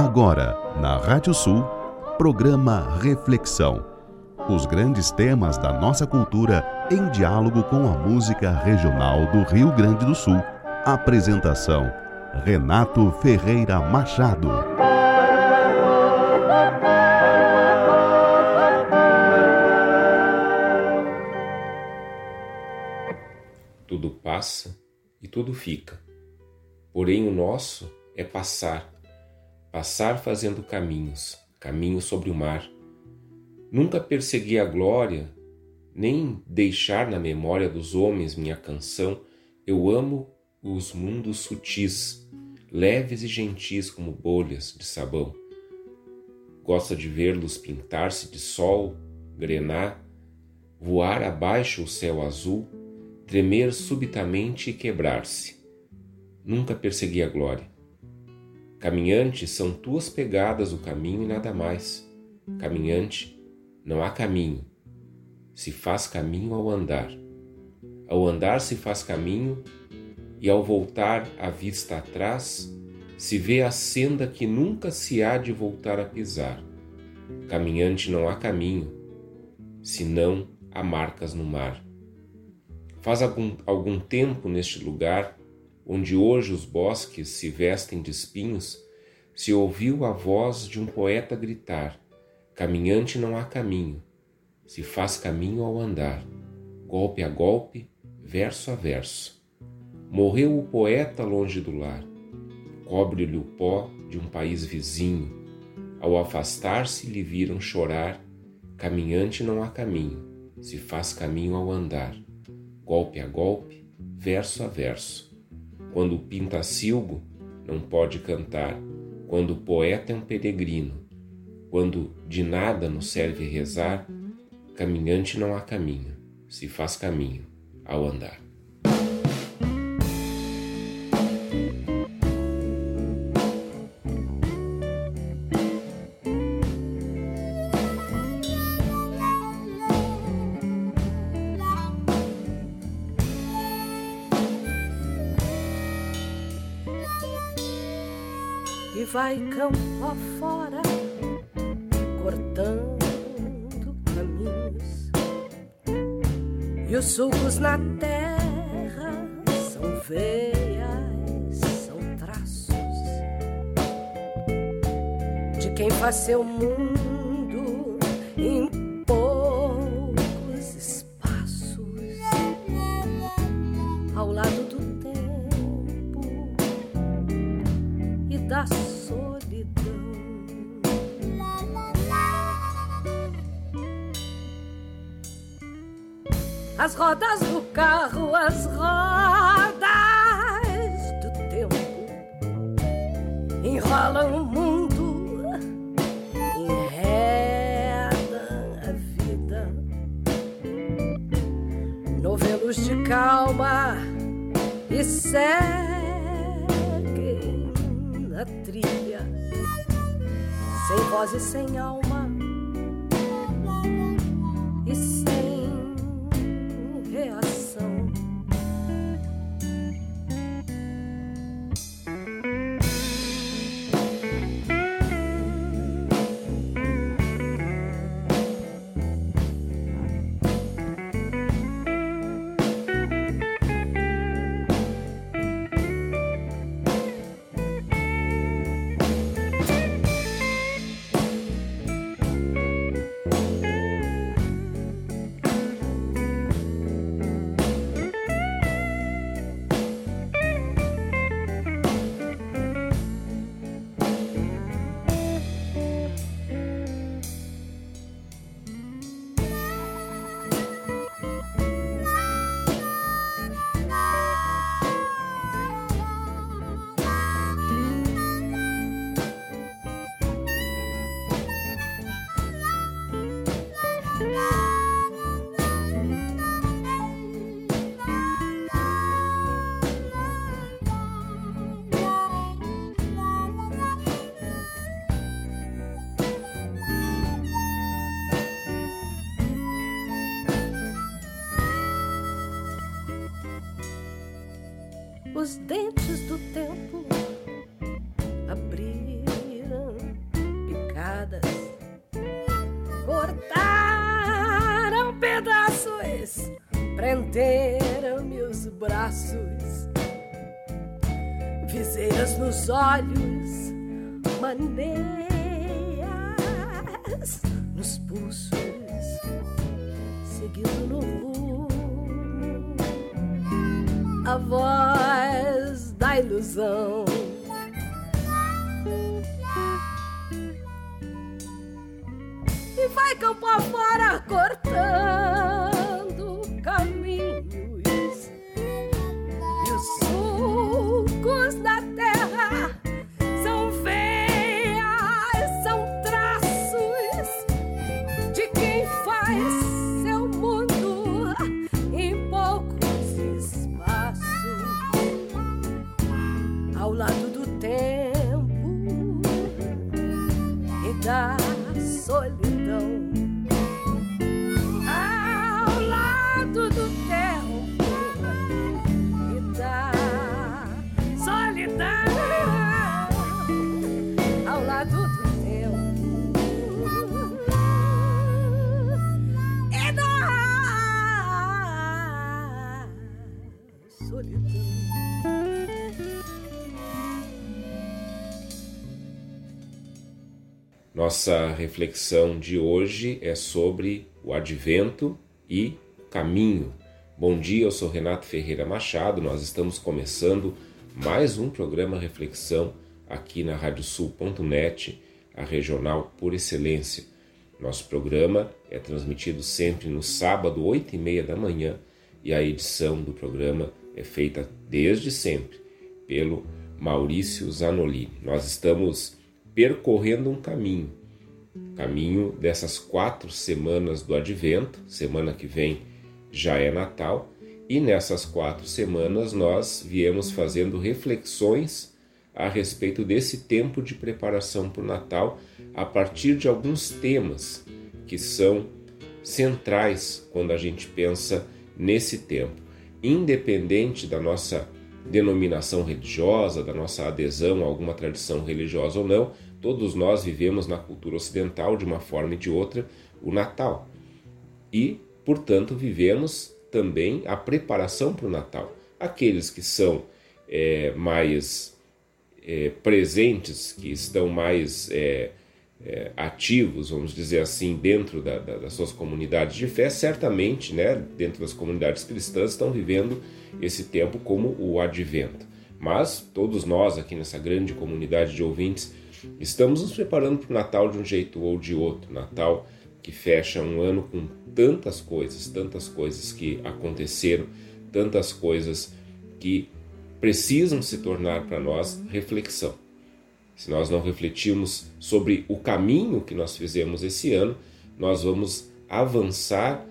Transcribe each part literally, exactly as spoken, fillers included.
Agora, na Rádio Sul, programa Reflexão. Os grandes temas da nossa cultura em diálogo com a música regional do Rio Grande do Sul. Apresentação: Renato Ferreira Machado. Tudo passa e tudo fica. Porém, o nosso é passar. Passar fazendo caminhos, caminhos sobre o mar. Nunca persegui a glória, nem deixar na memória dos homens minha canção. Eu amo os mundos sutis, leves e gentis como bolhas de sabão. Gosta de vê-los pintar-se de sol, grenar, voar abaixo o céu azul, tremer subitamente e quebrar-se. Nunca persegui a glória. Caminhante, são tuas pegadas o caminho e nada mais. Caminhante, não há caminho. Se faz caminho ao andar. Ao andar se faz caminho, e ao voltar a vista atrás, se vê a senda que nunca se há de voltar a pisar. Caminhante, não há caminho, senão há marcas no mar. Faz algum, algum tempo neste lugar, onde hoje os bosques se vestem de espinhos, se ouviu a voz de um poeta gritar: caminhante, não há caminho, se faz caminho ao andar, golpe a golpe, verso a verso. Morreu o poeta longe do lar, cobre-lhe o pó de um país vizinho, ao afastar-se lhe viram chorar: caminhante, não há caminho, se faz caminho ao andar, golpe a golpe, verso a verso. Quando o pintacilgo não pode cantar, quando o poeta é um peregrino, quando de nada nos serve rezar, caminhante, não há caminho, se faz caminho ao andar. E vai campo afora, cortando caminhos, e os sulcos na terra são veias, são traços de quem faz seu mundo em poucos espaços, ao lado do tempo e da solidão. As rodas do carro, as rodas do tempo enrolam o mundo, enredam a vida, novelos de calma e seguem na trilha, sem voz e sem alma e sem reação. Os dentes do tempo abriram estenderam-me os braços, viseiras nos olhos, maneias nos pulsos, seguindo no rumo a voz da ilusão. E vai campo afora cortando caminhos, e os sulcos da terra são veias, são traços de quem faz seu mundo em poucos espaços, ao lado do tempo e da solidão. Ao lado do tempo e da solidão. Ao lado do tempo e da solidão. Nossa reflexão de hoje é sobre o Advento e caminho. Bom dia, eu sou Renato Ferreira Machado, nós estamos começando mais um programa Reflexão aqui na rádio sul ponto net, a regional por excelência. Nosso programa é transmitido sempre no sábado, oito e meia da manhã, e a edição do programa é feita desde sempre pelo Maurício Zanolini. Nós estamos percorrendo um caminho, caminho dessas quatro semanas do Advento. Semana que vem já é Natal, e nessas quatro semanas nós viemos fazendo reflexões a respeito desse tempo de preparação para o Natal, a partir de alguns temas que são centrais quando a gente pensa nesse tempo, independente da nossa denominação religiosa, da nossa adesão a alguma tradição religiosa ou não. Todos nós vivemos na cultura ocidental, de uma forma e de outra, o Natal. E, portanto, vivemos também a preparação para o Natal. Aqueles que são é, mais é, presentes, que estão mais é, é, ativos, vamos dizer assim, dentro da, da, das suas comunidades de fé, certamente, né, dentro das comunidades cristãs, estão vivendo esse tempo como o Advento. Mas todos nós aqui nessa grande comunidade de ouvintes estamos nos preparando para o Natal de um jeito ou de outro. Natal que fecha um ano com tantas coisas, tantas coisas que aconteceram, tantas coisas que precisam se tornar para nós reflexão. Se nós não refletirmos sobre o caminho que nós fizemos esse ano, nós vamos avançar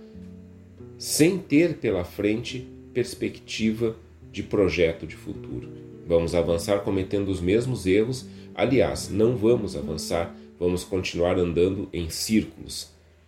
sem ter pela frente perspectiva de projeto de futuro. Vamos avançar cometendo os mesmos erros. Aliás, não vamos avançar, vamos continuar andando em círculos.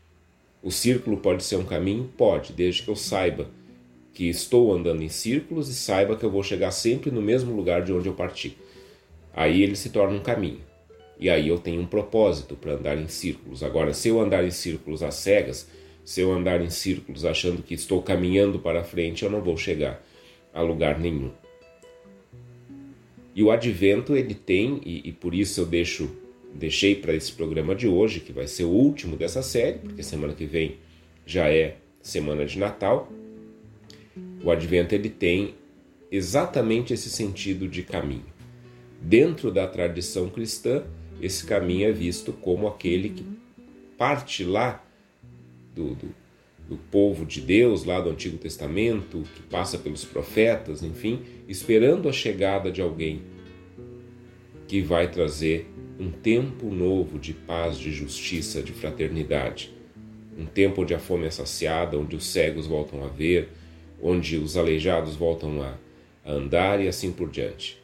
O círculo pode ser um caminho? Pode, desde que eu saiba que estou andando em círculos e saiba que eu vou chegar sempre no mesmo lugar de onde eu parti. Aí ele se torna um caminho. E aí eu tenho um propósito para andar em círculos. Agora, se eu andar em círculos às cegas, se eu andar em círculos achando que estou caminhando para frente, eu não vou chegar a lugar nenhum. E o Advento, ele tem, e, e por isso eu deixo, deixei para esse programa de hoje, que vai ser o último dessa série, porque semana que vem já é semana de Natal. O Advento, ele tem exatamente esse sentido de caminho. Dentro da tradição cristã, esse caminho é visto como aquele que parte lá do, do, do povo de Deus, lá do Antigo Testamento, que passa pelos profetas, enfim, esperando a chegada de alguém que vai trazer um tempo novo de paz, de justiça, de fraternidade. Um tempo onde a fome é saciada, onde os cegos voltam a ver, onde os aleijados voltam a, a andar e assim por diante.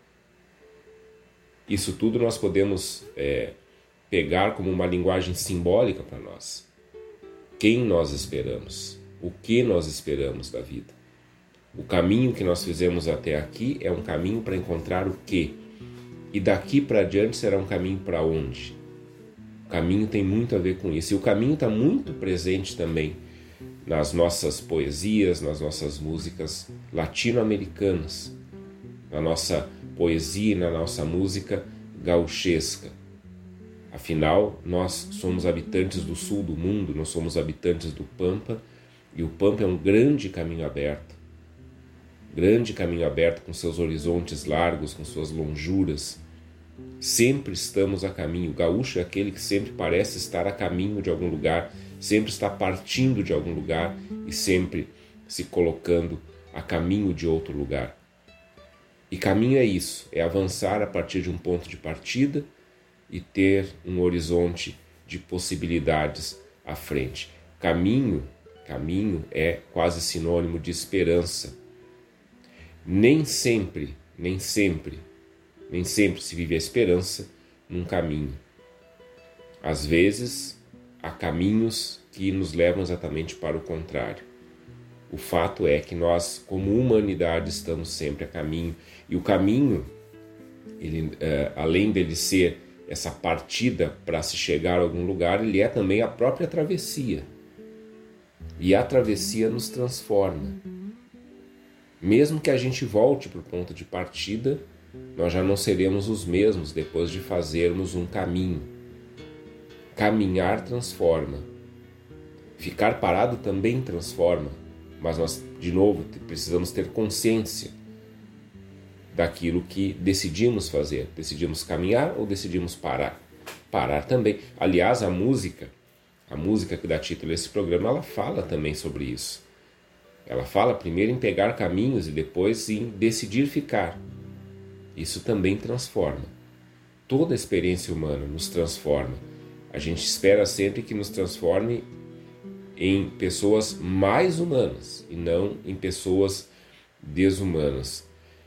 Isso tudo nós podemos é, pegar como uma linguagem simbólica para nós. Quem nós esperamos? O que nós esperamos da vida? O caminho que nós fizemos até aqui é um caminho para encontrar o quê? E daqui para diante será um caminho para onde? O caminho tem muito a ver com isso. E o caminho está muito presente também nas nossas poesias, nas nossas músicas latino-americanas, na nossa poesia e na nossa música gauchesca. Afinal, nós somos habitantes do sul do mundo, nós somos habitantes do Pampa, e o Pampa é um grande caminho aberto, grande caminho aberto com seus horizontes largos, com suas lonjuras. Sempre estamos a caminho. O gaúcho é aquele que sempre parece estar a caminho de algum lugar, sempre está partindo de algum lugar e sempre se colocando a caminho de outro lugar. E caminho é isso, é avançar a partir de um ponto de partida e ter um horizonte de possibilidades à frente. Caminho, caminho é quase sinônimo de esperança. Nem sempre, nem sempre, nem sempre se vive a esperança num caminho. Às vezes, há caminhos que nos levam exatamente para o contrário. O fato é que nós, como humanidade, estamos sempre a caminho. E o caminho, ele, uh, além dele ser essa partida para se chegar a algum lugar, ele é também a própria travessia. E a travessia nos transforma. Mesmo que a gente volte para o ponto de partida, nós já não seremos os mesmos depois de fazermos um caminho. Caminhar transforma. Ficar parado também transforma. Mas nós, de novo, precisamos ter consciência daquilo que decidimos fazer. Decidimos caminhar ou decidimos parar? Parar também. Aliás, a música, a música que dá título a esse programa, ela fala também sobre isso. Ela fala primeiro em pegar caminhos e depois em decidir ficar. Isso também transforma. Toda a experiência humana nos transforma. A gente espera sempre que nos transforme em pessoas mais humanas e não em pessoas desumanas.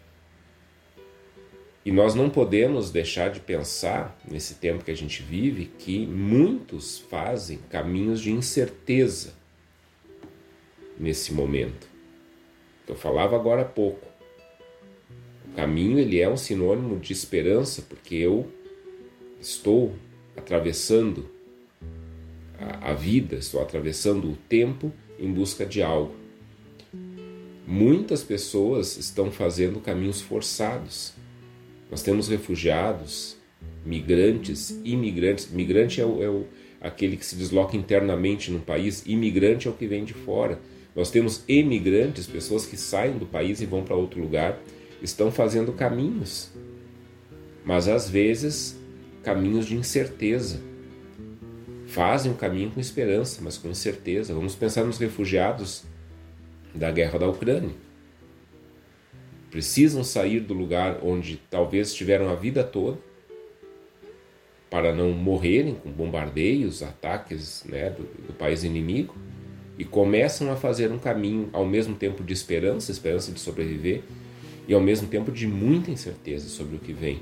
E nós não podemos deixar de pensar, nesse tempo que a gente vive, que muitos fazem caminhos de incerteza nesse momento. Eu falava agora há pouco. O caminho, ele é um sinônimo de esperança, porque eu estou atravessando a vida, estou atravessando o tempo em busca de algo. Muitas pessoas estão fazendo caminhos forçados. Nós temos refugiados, migrantes, imigrantes. Migrante é, o, é o, aquele que se desloca internamente no país, imigrante é o que vem de fora. Nós temos emigrantes, pessoas que saem do país e vão para outro lugar, estão fazendo caminhos, mas às vezes caminhos de incerteza. Fazem um caminho com esperança, mas com incerteza. Vamos pensar nos refugiados da guerra da Ucrânia. Precisam sair do lugar onde talvez estiveram a vida toda para não morrerem com bombardeios, ataques, né, do, do país inimigo, e começam a fazer um caminho ao mesmo tempo de esperança, esperança de sobreviver, e ao mesmo tempo de muita incerteza sobre o que vem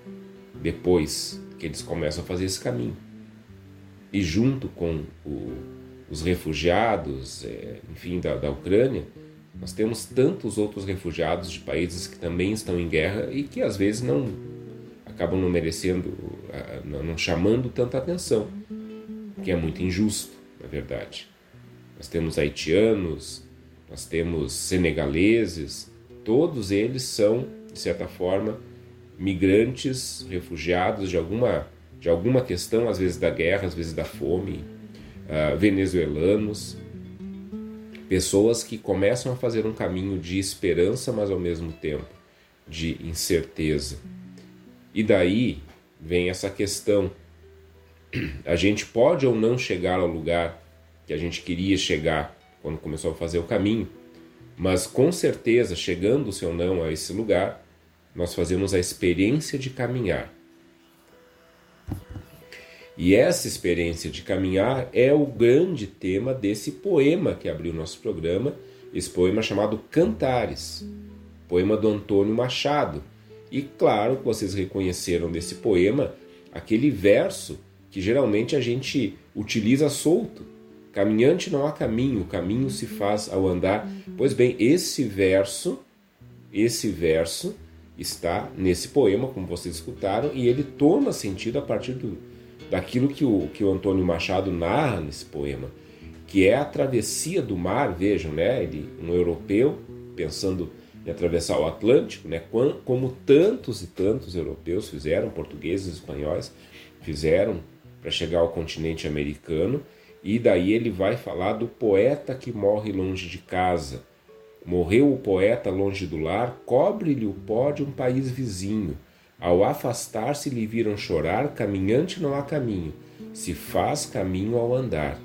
depois que eles começam a fazer esse caminho. E junto com o, os refugiados, é, enfim, da, da Ucrânia, nós temos tantos outros refugiados de países que também estão em guerra e que às vezes não acabam não merecendo, não chamando tanta atenção, que é muito injusto, na verdade. Nós temos haitianos, nós temos senegaleses, todos eles são, de certa forma, migrantes, refugiados de alguma de alguma questão, às vezes da guerra, às vezes da fome, uh, venezuelanos, pessoas que começam a fazer um caminho de esperança, mas ao mesmo tempo de incerteza. E daí vem essa questão, a gente pode ou não chegar ao lugar que a gente queria chegar quando começou a fazer o caminho, mas com certeza, chegando-se ou não a esse lugar, nós fazemos a experiência de caminhar. E essa experiência de caminhar é o grande tema desse poema que abriu o nosso programa, esse poema chamado Cantares, poema do Antônio Machado. E claro que vocês reconheceram desse poema aquele verso que geralmente a gente utiliza solto. Caminhante não há caminho, o caminho se faz ao andar. Pois bem, esse verso, esse verso está nesse poema, como vocês escutaram, e ele toma sentido a partir do daquilo que o, que o Antônio Machado narra nesse poema, que é a travessia do mar. Vejam, né? Ele, um europeu pensando em atravessar o Atlântico, né? Como tantos e tantos europeus fizeram, portugueses e espanhóis fizeram para chegar ao continente americano. E daí ele vai falar do poeta que morre longe de casa. Morreu o poeta longe do lar, cobre-lhe o pó de um país vizinho. Ao afastar-se lhe viram chorar, caminhante não há caminho, se faz caminho ao andar.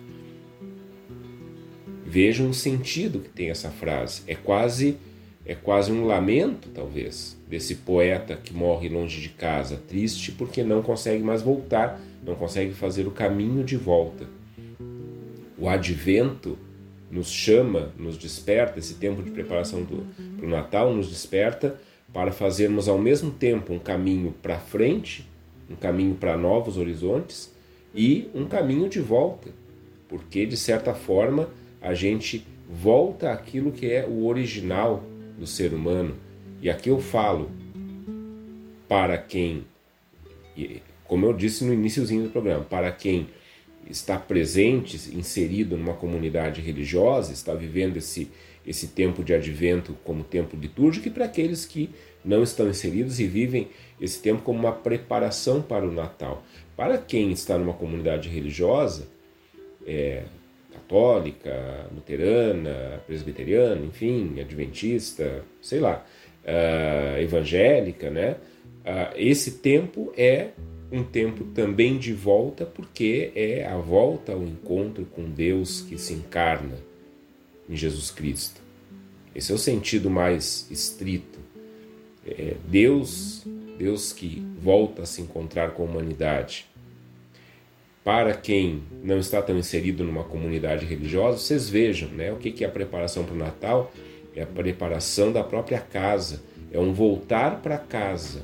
Vejam o sentido que tem essa frase. É quase, é quase um lamento, talvez, desse poeta que morre longe de casa, triste porque não consegue mais voltar, não consegue fazer o caminho de volta. O advento nos chama, nos desperta, esse tempo de preparação para o Natal nos desperta para fazermos ao mesmo tempo um caminho para frente, um caminho para novos horizontes e um caminho de volta, porque de certa forma a gente volta àquilo que é o original do ser humano. E aqui eu falo para quem, como eu disse no iniciozinho do programa, para quem está presente, inserido numa comunidade religiosa, está vivendo esse, esse tempo de advento como tempo litúrgico, e para aqueles que não estão inseridos e vivem esse tempo como uma preparação para o Natal. Para quem está numa comunidade religiosa, é, católica, luterana, presbiteriana, enfim, adventista, sei lá, uh, evangélica, né? Uh, esse tempo é um tempo também de volta, porque é a volta ao encontro com Deus que se encarna em Jesus Cristo. Esse é o sentido mais estrito. É Deus, Deus que volta a se encontrar com a humanidade. Para quem não está tão inserido numa comunidade religiosa, vocês vejam, né? O que é a preparação para o Natal? É a preparação da própria casa, é um voltar para casa.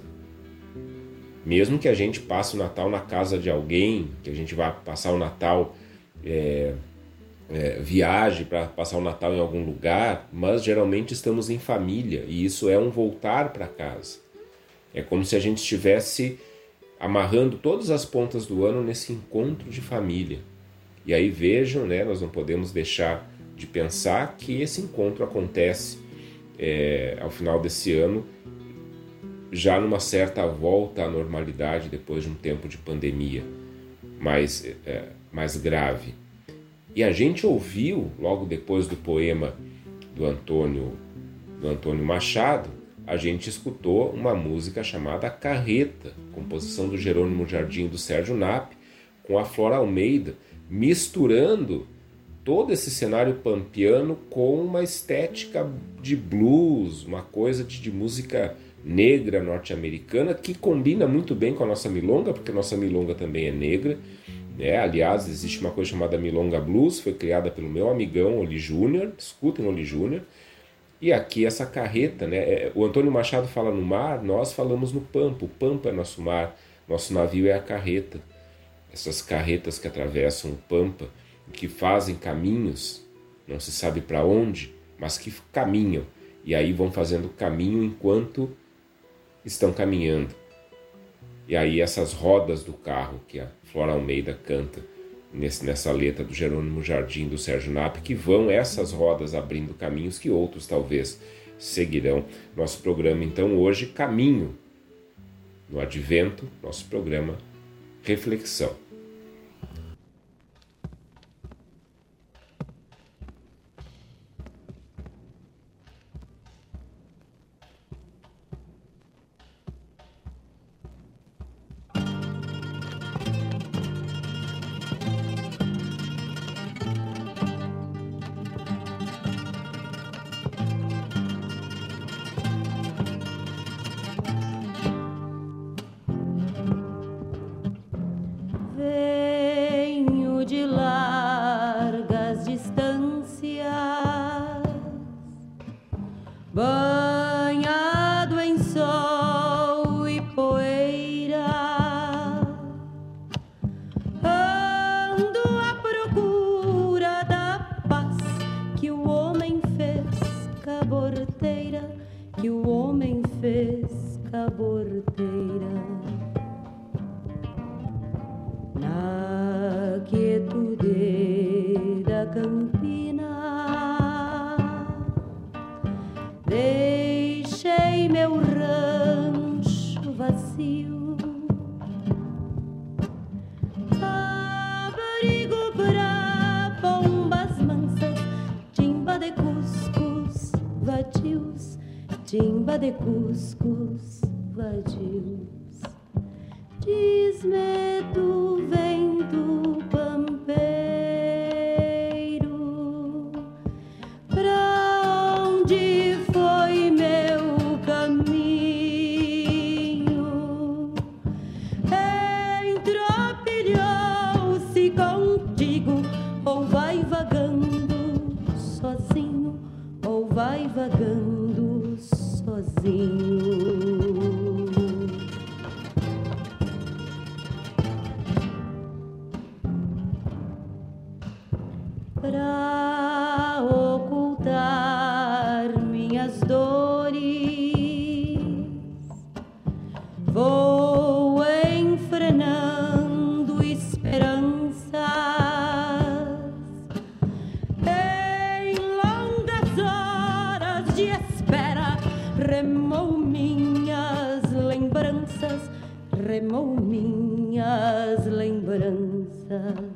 Mesmo que a gente passe o Natal na casa de alguém, que a gente vá passar o Natal, é, é, viaje para passar o Natal em algum lugar, mas geralmente estamos em família, e isso é um voltar para casa. É como se a gente estivesse amarrando todas as pontas do ano nesse encontro de família. E aí vejam, né, nós não podemos deixar de pensar que esse encontro acontece é, ao final desse ano, já numa certa volta à normalidade depois de um tempo de pandemia mais, é, mais grave. E a gente ouviu, logo depois do poema do Antônio, do Antônio Machado, a gente escutou uma música chamada Carreta, composição do Jerônimo Jardim e do Sérgio Nap, com a Flora Almeida, misturando todo esse cenário pampiano com uma estética de blues, uma coisa de, de música negra norte-americana, que combina muito bem com a nossa milonga, porque a nossa milonga também é negra, né? Aliás, existe uma coisa chamada Milonga Blues, foi criada pelo meu amigão Oli Júnior, escutem Oli Júnior, e aqui essa carreta, né? O Antônio Machado fala no mar, nós falamos no pampa, o pampa é nosso mar, nosso navio é a carreta, essas carretas que atravessam o pampa, que fazem caminhos, não se sabe para onde, mas que caminham, e aí vão fazendo caminho enquanto estão caminhando. E aí essas rodas do carro que a Flora Almeida canta nesse, nessa letra do Jerônimo Jardim, do Sérgio Nap, que vão essas rodas abrindo caminhos que outros talvez seguirão. Nosso programa então hoje, Caminho no Advento, nosso programa Reflexão. Banhado em sol e poeira, ando à procura da paz que o homem fez caborteira, que o homem fez caborteira. Na quietude da canção troca de cuscos vadios. Diz-me do vento pampeiro, pra onde foi meu caminho? Entropilhou-se contigo, ou vai vagando sozinho, ou vai vagando sozinho. Pra ocultar minhas dores, vou enfrenando esperanças. Em longas horas de espera, remou minhas lembranças, remou minhas lembranças.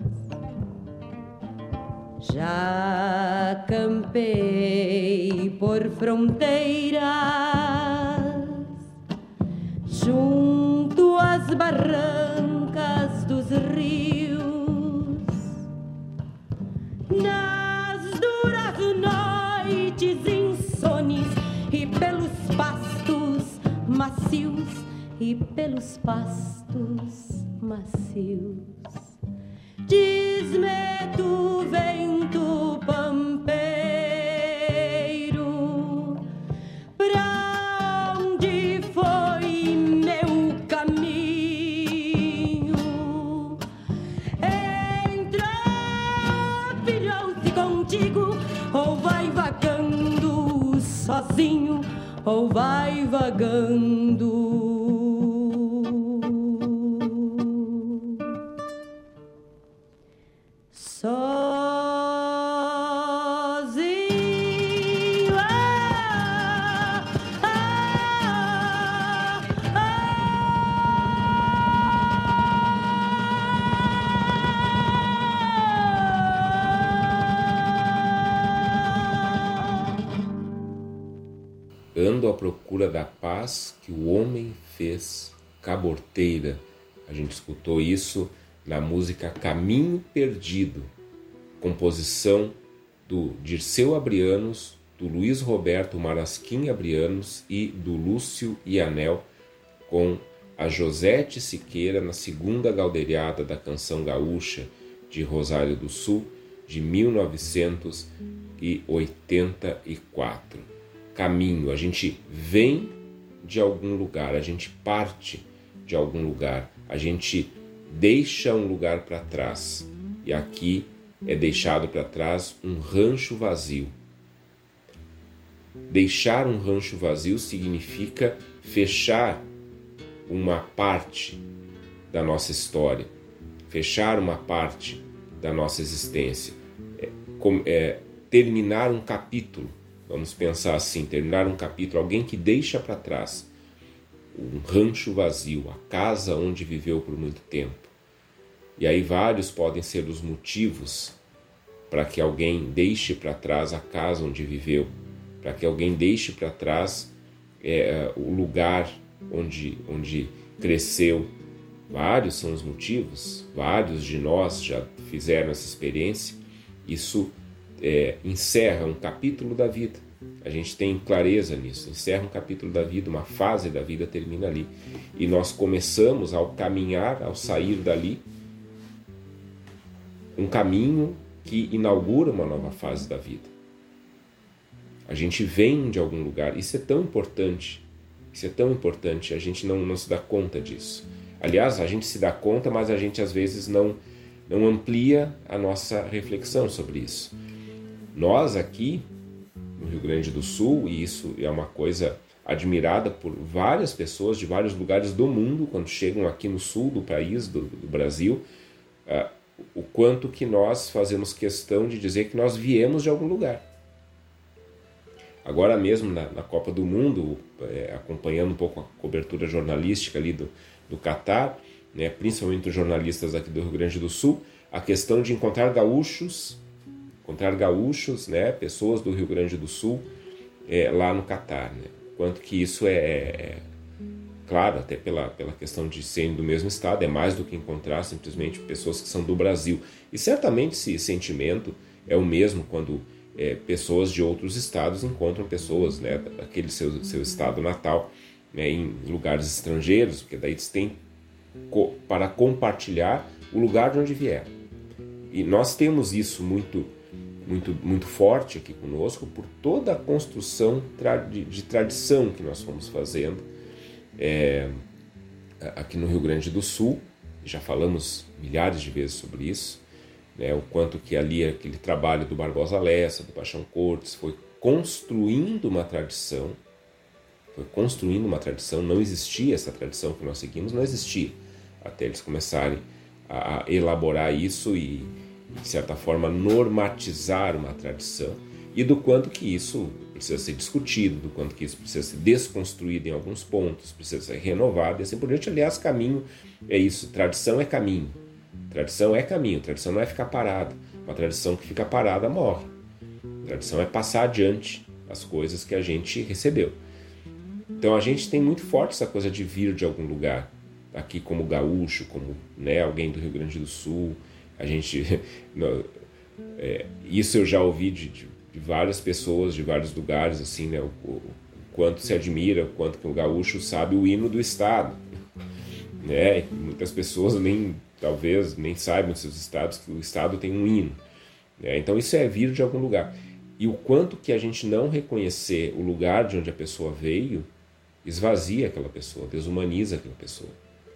Já campei por fronteiras, junto às barrancas dos rios, nas duras noites insones e pelos pastos macios, e pelos pastos macios. Diz-me do vento pampeiro, pra onde foi meu caminho? Entropilhou-se contigo, ou vai vagando sozinho, ou vai vagando sozinho. Ah, ah, ah. Ando à procura da paz que o homem fez caborteira. A gente escutou isso na música Caminho Perdido, composição do Dirceu Abrianos, do Luiz Roberto Marasquim Abrianos e do Lúcio Ianel, com a Josete Siqueira na segunda galderiada da Canção Gaúcha de Rosário do Sul, de mil novecentos e oitenta e quatro. Caminho, a gente vem de algum lugar, a gente parte de algum lugar, a gente deixa um lugar para trás, e aqui é deixado para trás um rancho vazio. Deixar um rancho vazio significa fechar uma parte da nossa história, fechar uma parte da nossa existência, é, com, é, terminar um capítulo, vamos pensar assim, terminar um capítulo, alguém que deixa para trás um rancho vazio, a casa onde viveu por muito tempo. E aí vários podem ser os motivos para que alguém deixe para trás a casa onde viveu, para que alguém deixe para trás é, o lugar onde, onde cresceu. Vários são os motivos, vários de nós já fizeram essa experiência. Isso é, encerra um capítulo da vida. A gente tem clareza nisso, encerra um capítulo da vida, uma fase da vida termina ali. E nós começamos, ao caminhar, ao sair dali, um caminho que inaugura uma nova fase da vida. A gente vem de algum lugar, isso é tão importante, isso é tão importante, a gente não, não se dá conta disso. Aliás, a gente se dá conta, mas a gente às vezes não, não amplia a nossa reflexão sobre isso. Nós aqui, no Rio Grande do Sul, e isso é uma coisa admirada por várias pessoas de vários lugares do mundo, quando chegam aqui no sul do país, do, do Brasil, uh, o quanto que nós fazemos questão de dizer que nós viemos de algum lugar. Agora mesmo na, na Copa do Mundo, é, acompanhando um pouco a cobertura jornalística ali do, do Catar, né, principalmente os jornalistas aqui do Rio Grande do Sul, a questão de encontrar gaúchos, encontrar gaúchos, né, pessoas do Rio Grande do Sul, é, lá no Catar, né? quanto que isso é, é claro, até pela, pela questão de serem do mesmo estado, é mais do que encontrar simplesmente pessoas que são do Brasil. E certamente esse sentimento é o mesmo quando é, pessoas de outros estados encontram pessoas, né, daquele seu, seu estado natal, né, em lugares estrangeiros, porque daí eles têm co- para compartilhar o lugar de onde vieram. E nós temos isso muito, muito, muito forte aqui conosco por toda a construção tra- de, de tradição que nós fomos fazendo É, aqui no Rio Grande do Sul. Já falamos milhares de vezes sobre isso, né, o quanto que ali aquele trabalho do Barbosa Lessa, do Paixão Cortes, foi construindo uma tradição, foi construindo uma tradição, não existia essa tradição que nós seguimos, não existia, até eles começarem a, a elaborar isso e, de certa forma, normatizar uma tradição, e do quanto que isso precisa ser discutido, do quanto que isso precisa ser desconstruído em alguns pontos, precisa ser renovado e assim por diante. Aliás, caminho é isso, tradição é caminho, tradição é caminho, tradição não é ficar parado, uma tradição que fica parada morre, tradição é passar adiante as coisas que a gente recebeu. Então a gente tem muito forte essa coisa de vir de algum lugar, aqui como gaúcho, como, né, alguém do Rio Grande do Sul, a gente, é, isso eu já ouvi de, de de várias pessoas, de vários lugares, assim, né, o, o quanto se admira, o quanto que o gaúcho sabe o hino do estado, né, muitas pessoas nem, talvez, nem saibam seus estados, que o estado tem um hino, né, então isso é vir de algum lugar, e o quanto que a gente não reconhecer o lugar de onde a pessoa veio, esvazia aquela pessoa, desumaniza aquela pessoa.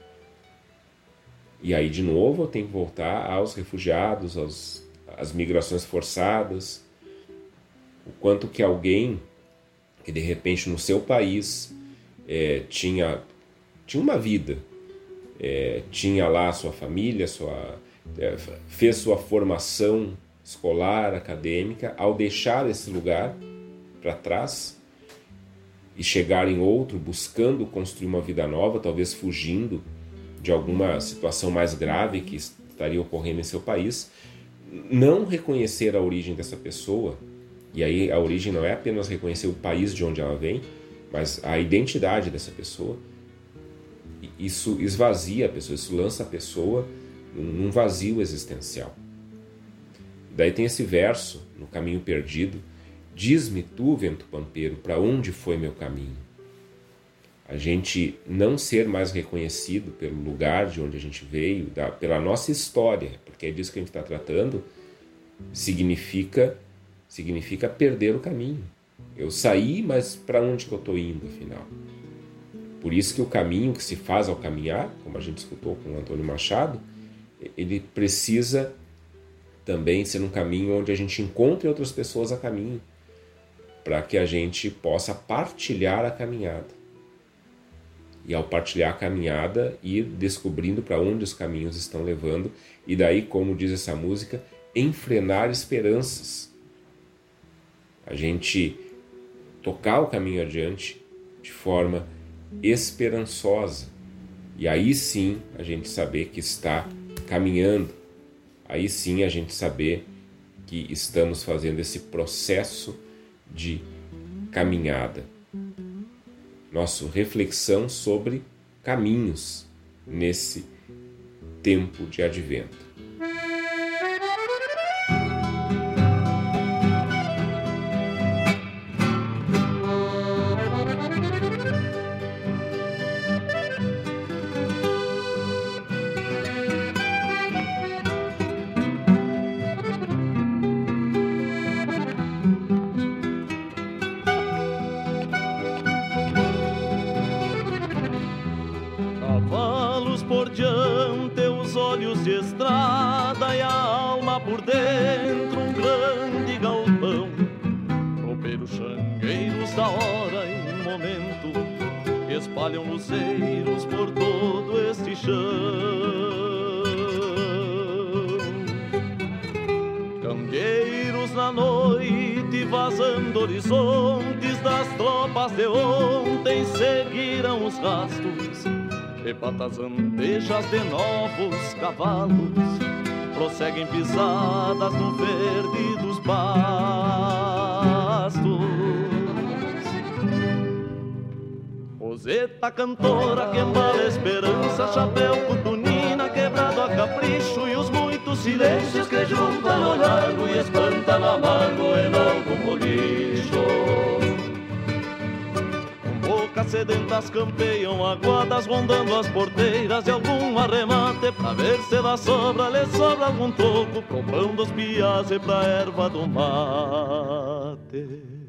E aí, de novo, eu tenho que voltar aos refugiados, aos, às migrações forçadas, o quanto que alguém que de repente no seu país é, tinha, tinha uma vida, é, tinha lá sua família, sua, é, fez sua formação escolar, acadêmica, ao deixar esse lugar para trás e chegar em outro, buscando construir uma vida nova, talvez fugindo de alguma situação mais grave que estaria ocorrendo em seu país, não reconhecer a origem dessa pessoa. E aí a origem não é apenas reconhecer o país de onde ela vem, mas a identidade dessa pessoa. Isso esvazia a pessoa, isso lança a pessoa num vazio existencial. Daí tem esse verso, no Caminho Perdido: diz-me tu, vento pampeiro, para onde foi meu caminho? A gente não ser mais reconhecido pelo lugar de onde a gente veio, da, pela nossa história, porque é disso que a gente está tratando, significa... significa perder o caminho. Eu saí, mas para onde que eu estou indo, afinal? Por isso que o caminho que se faz ao caminhar, como a gente escutou com o Antônio Machado, ele precisa também ser um caminho onde a gente encontre outras pessoas a caminho, para que a gente possa partilhar a caminhada. E ao partilhar a caminhada, ir descobrindo para onde os caminhos estão levando, e daí, como diz essa música, enfrenar esperanças. A gente tocar o caminho adiante de forma esperançosa. E aí sim a gente saber que está caminhando. Aí sim a gente saber que estamos fazendo esse processo de caminhada. Nossa reflexão sobre caminhos nesse tempo de advento. Espalham luzeiros por todo este chão. Candeeiros na noite vazando horizontes das tropas de ontem seguiram os rastros e patas andejas de novos cavalos prosseguem pisadas no verde dos pastos. Roseta cantora que embala esperança, chapéu, cotunina, quebrado a capricho, e os muitos silêncios que juntam no largo e espantam no amargo em algum bolicho. Com bocas sedentas campeiam aguadas, rondando as porteiras de algum arremate, pra ver se da sobra lhe sobra algum troco pro pão dos piás e pra erva do mate.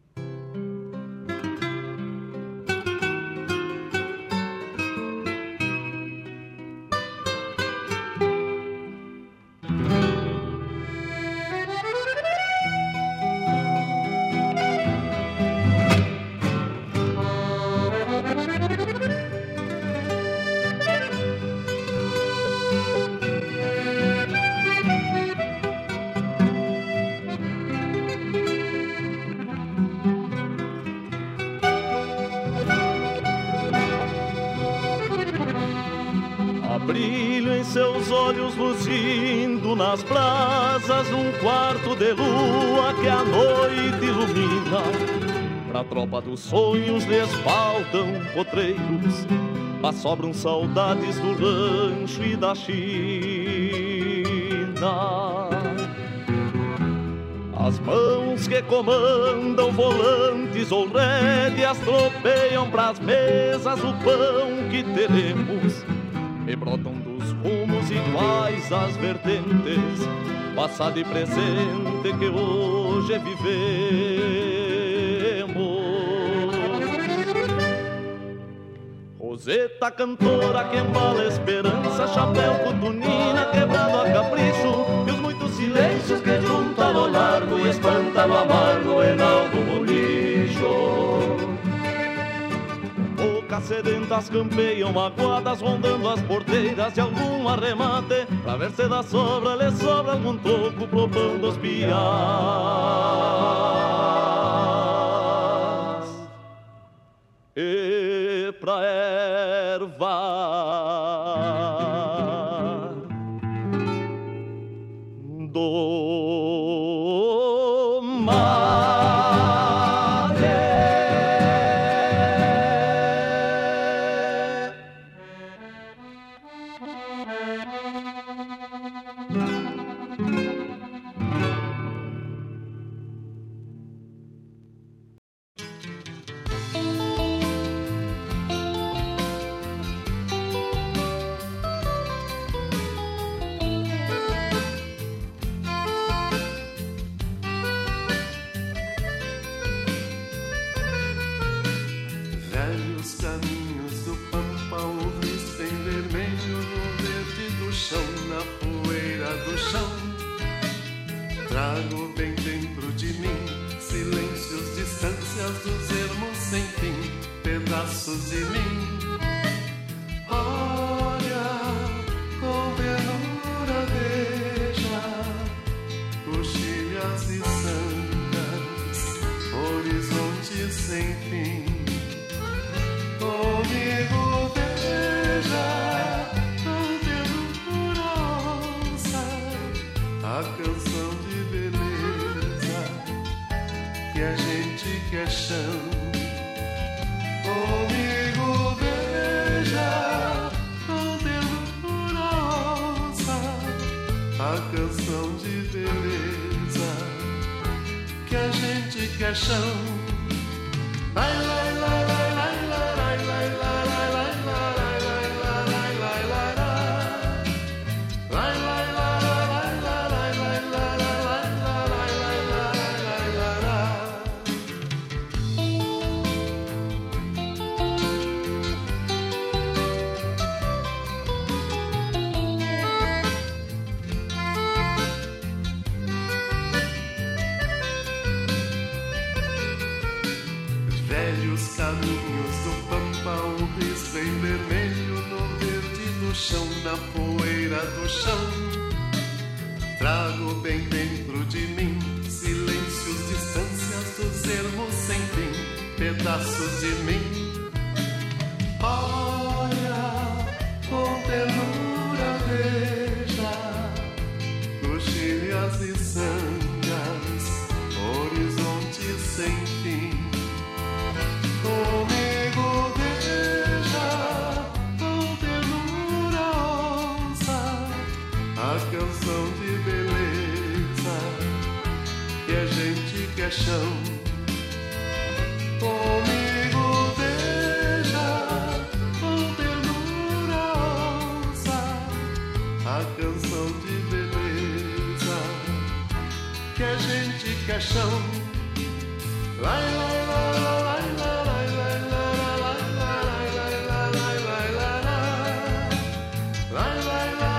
Brilho em seus olhos luzindo nas brasas, num quarto de lua que a noite ilumina. Pra tropa dos sonhos lhes faltam potreiros, mas sobram saudades do rancho e da China. As mãos que comandam volantes ou rédeas tropeiam pras mesas o pão que teremos, e brotam dos rumos iguais às vertentes, passado e presente que hoje vivemos. Roseta cantora que embala esperança, chapéu, cotunina, quebrado a capricho, e os muitos silêncios que juntam no largo e espantam no amargo em algum bolicho. Sedentas campeiam magoadas, rondando as porteiras de algum arremate, pra ver se da sobra lhe sobra algum troco pro pão dos piás e pra erva do mar. Trago bem dentro de mim silêncios, distâncias dos ermos sem fim, pedaços de mim. Olha, com ternura veja coxilhas e sangas, horizontes sem fim. Comigo veja, com ternura ouça a canção de beleza que a gente quer chão. Comigo veja, com ternura ouça a canção de beleza que a gente quer chão. Lai, lai, lai, lai, lai, lai, lai, lai, lai, caminhos do pampa, um risco em vermelho no verde do chão, na poeira do chão. Trago bem dentro de mim silêncios, distâncias dos ermos sem fim, pedaços de mim. Olha, com ternura veja coxilhas e sangas, horizontes sem fim. Comigo veja, chão. Comigo veja, com ternura ouça a canção de beleza que a gente quer chão. Lai, lai, lai, lai, lai, lai, lai, lai, lai, lai, lai, lai, lai, lai, lai.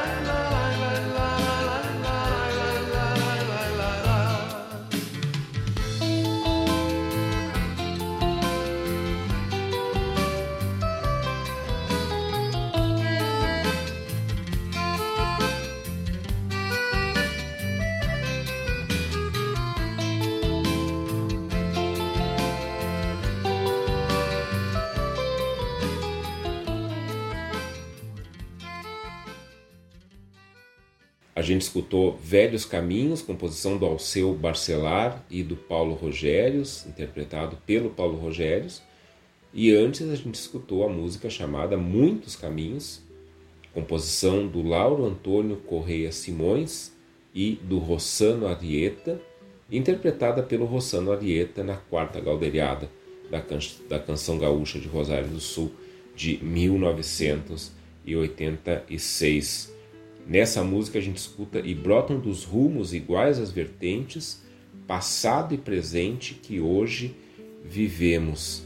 A gente escutou Velhos Caminhos, composição do Alceu Barcelar e do Paulo Rogérios, interpretado pelo Paulo Rogérios. E antes a gente escutou a música chamada Muitos Caminhos, composição do Lauro Antônio Correia Simões e do Rossano Arieta, interpretada pelo Rossano Arieta na quarta galderiada da, can- da Canção Gaúcha de Rosário do Sul de mil novecentos e oitenta e seis. Nessa música a gente escuta e brotam dos rumos iguais às vertentes, passado e presente que hoje vivemos.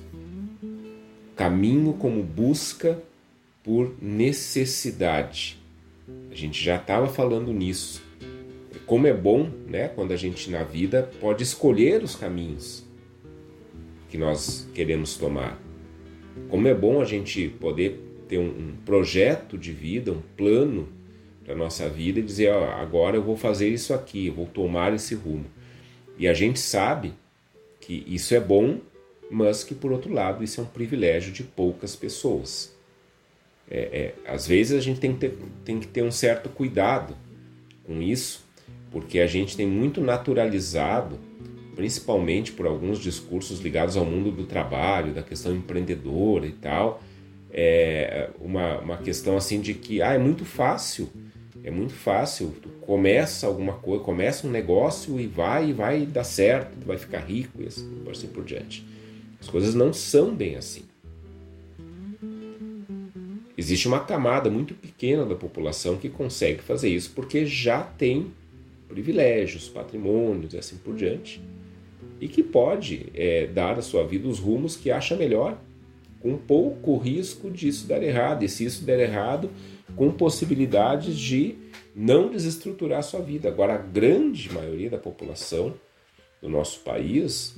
Caminho como busca por necessidade. A gente já estava falando nisso. Como é bom, né, quando a gente na vida pode escolher os caminhos que nós queremos tomar. Como é bom a gente poder ter um, um projeto de vida, um plano para a nossa vida e dizer, ó, agora eu vou fazer isso aqui, eu vou tomar esse rumo. E a gente sabe que isso é bom, mas que, por outro lado, isso é um privilégio de poucas pessoas. É, é, às vezes a gente tem que, ter, tem que ter um certo cuidado com isso, porque a gente tem muito naturalizado, principalmente por alguns discursos ligados ao mundo do trabalho, da questão empreendedora e tal, é uma, uma questão assim de que ah, é muito fácil, é muito fácil, tu começa alguma coisa, começa um negócio e vai, e vai dar certo, tu vai ficar rico e assim, assim por diante. As coisas não são bem assim. Existe uma camada muito pequena da população que consegue fazer isso porque já tem privilégios, patrimônios e assim por diante, e que pode é, dar à sua vida os rumos que acha melhor, com pouco risco disso dar errado, e se isso der errado, com possibilidades de não desestruturar a sua vida. Agora, a grande maioria da população do nosso país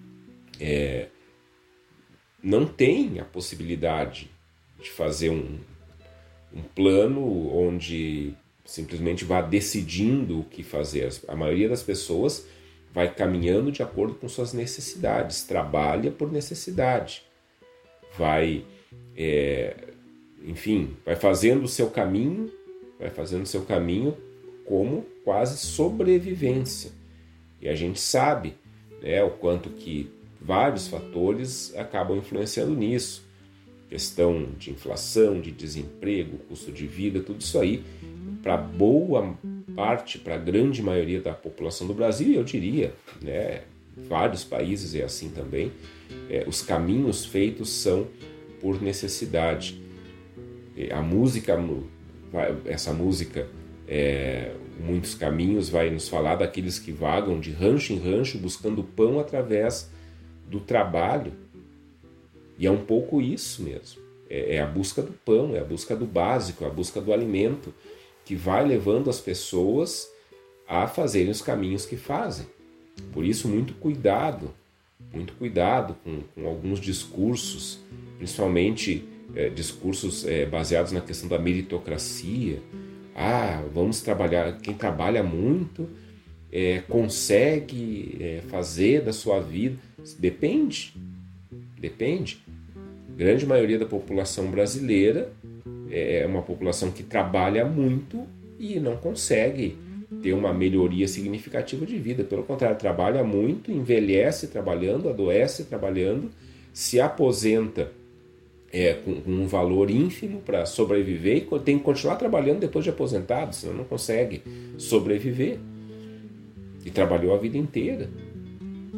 é, não tem a possibilidade de fazer um, um plano onde simplesmente vá decidindo o que fazer. A maioria das pessoas vai caminhando de acordo com suas necessidades, trabalha por necessidade, vai, é, enfim, vai fazendo o seu caminho, vai fazendo o seu caminho como quase sobrevivência. E a gente sabe, né, o quanto que vários fatores acabam influenciando nisso. Questão de inflação, de desemprego, custo de vida, tudo isso aí, para boa parte, para a grande maioria da população do Brasil, eu diria, né, vários países é assim também, é, os caminhos feitos são por necessidade. A música, essa música, é, Muitos Caminhos, vai nos falar daqueles que vagam de rancho em rancho buscando pão através do trabalho. E é um pouco isso mesmo. É, é a busca do pão, é a busca do básico, é a busca do alimento, que vai levando as pessoas a fazerem os caminhos que fazem. Por isso, muito cuidado, muito cuidado com, com alguns discursos, principalmente é, discursos é, baseados na questão da meritocracia. Ah, vamos trabalhar, quem trabalha muito é, consegue é, fazer da sua vida. Depende, depende. A grande maioria da população brasileira é uma população que trabalha muito e não consegue ter uma melhoria significativa de vida. Pelo contrário, trabalha muito, envelhece trabalhando, adoece trabalhando, se aposenta é, com, com um valor ínfimo para sobreviver e tem que continuar trabalhando depois de aposentado, senão não consegue sobreviver. E trabalhou a vida inteira.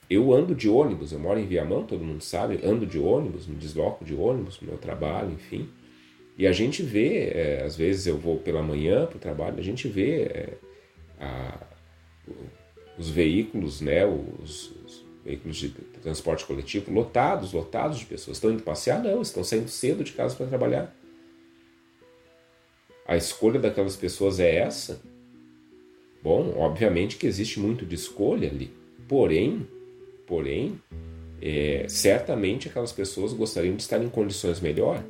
Eu ando de ônibus, eu moro em Viamão, todo mundo sabe, ando de ônibus, me desloco de ônibus para o meu trabalho, enfim. E a gente vê, é, às vezes eu vou pela manhã para o trabalho, a gente vê é, a, os veículos, né, os, os veículos de transporte coletivo lotados, lotados de pessoas. Estão indo passear? Não, estão saindo cedo de casa para trabalhar. A escolha daquelas pessoas é essa? Bom, obviamente que existe muito de escolha ali, porém, porém, é, certamente aquelas pessoas gostariam de estar em condições melhor,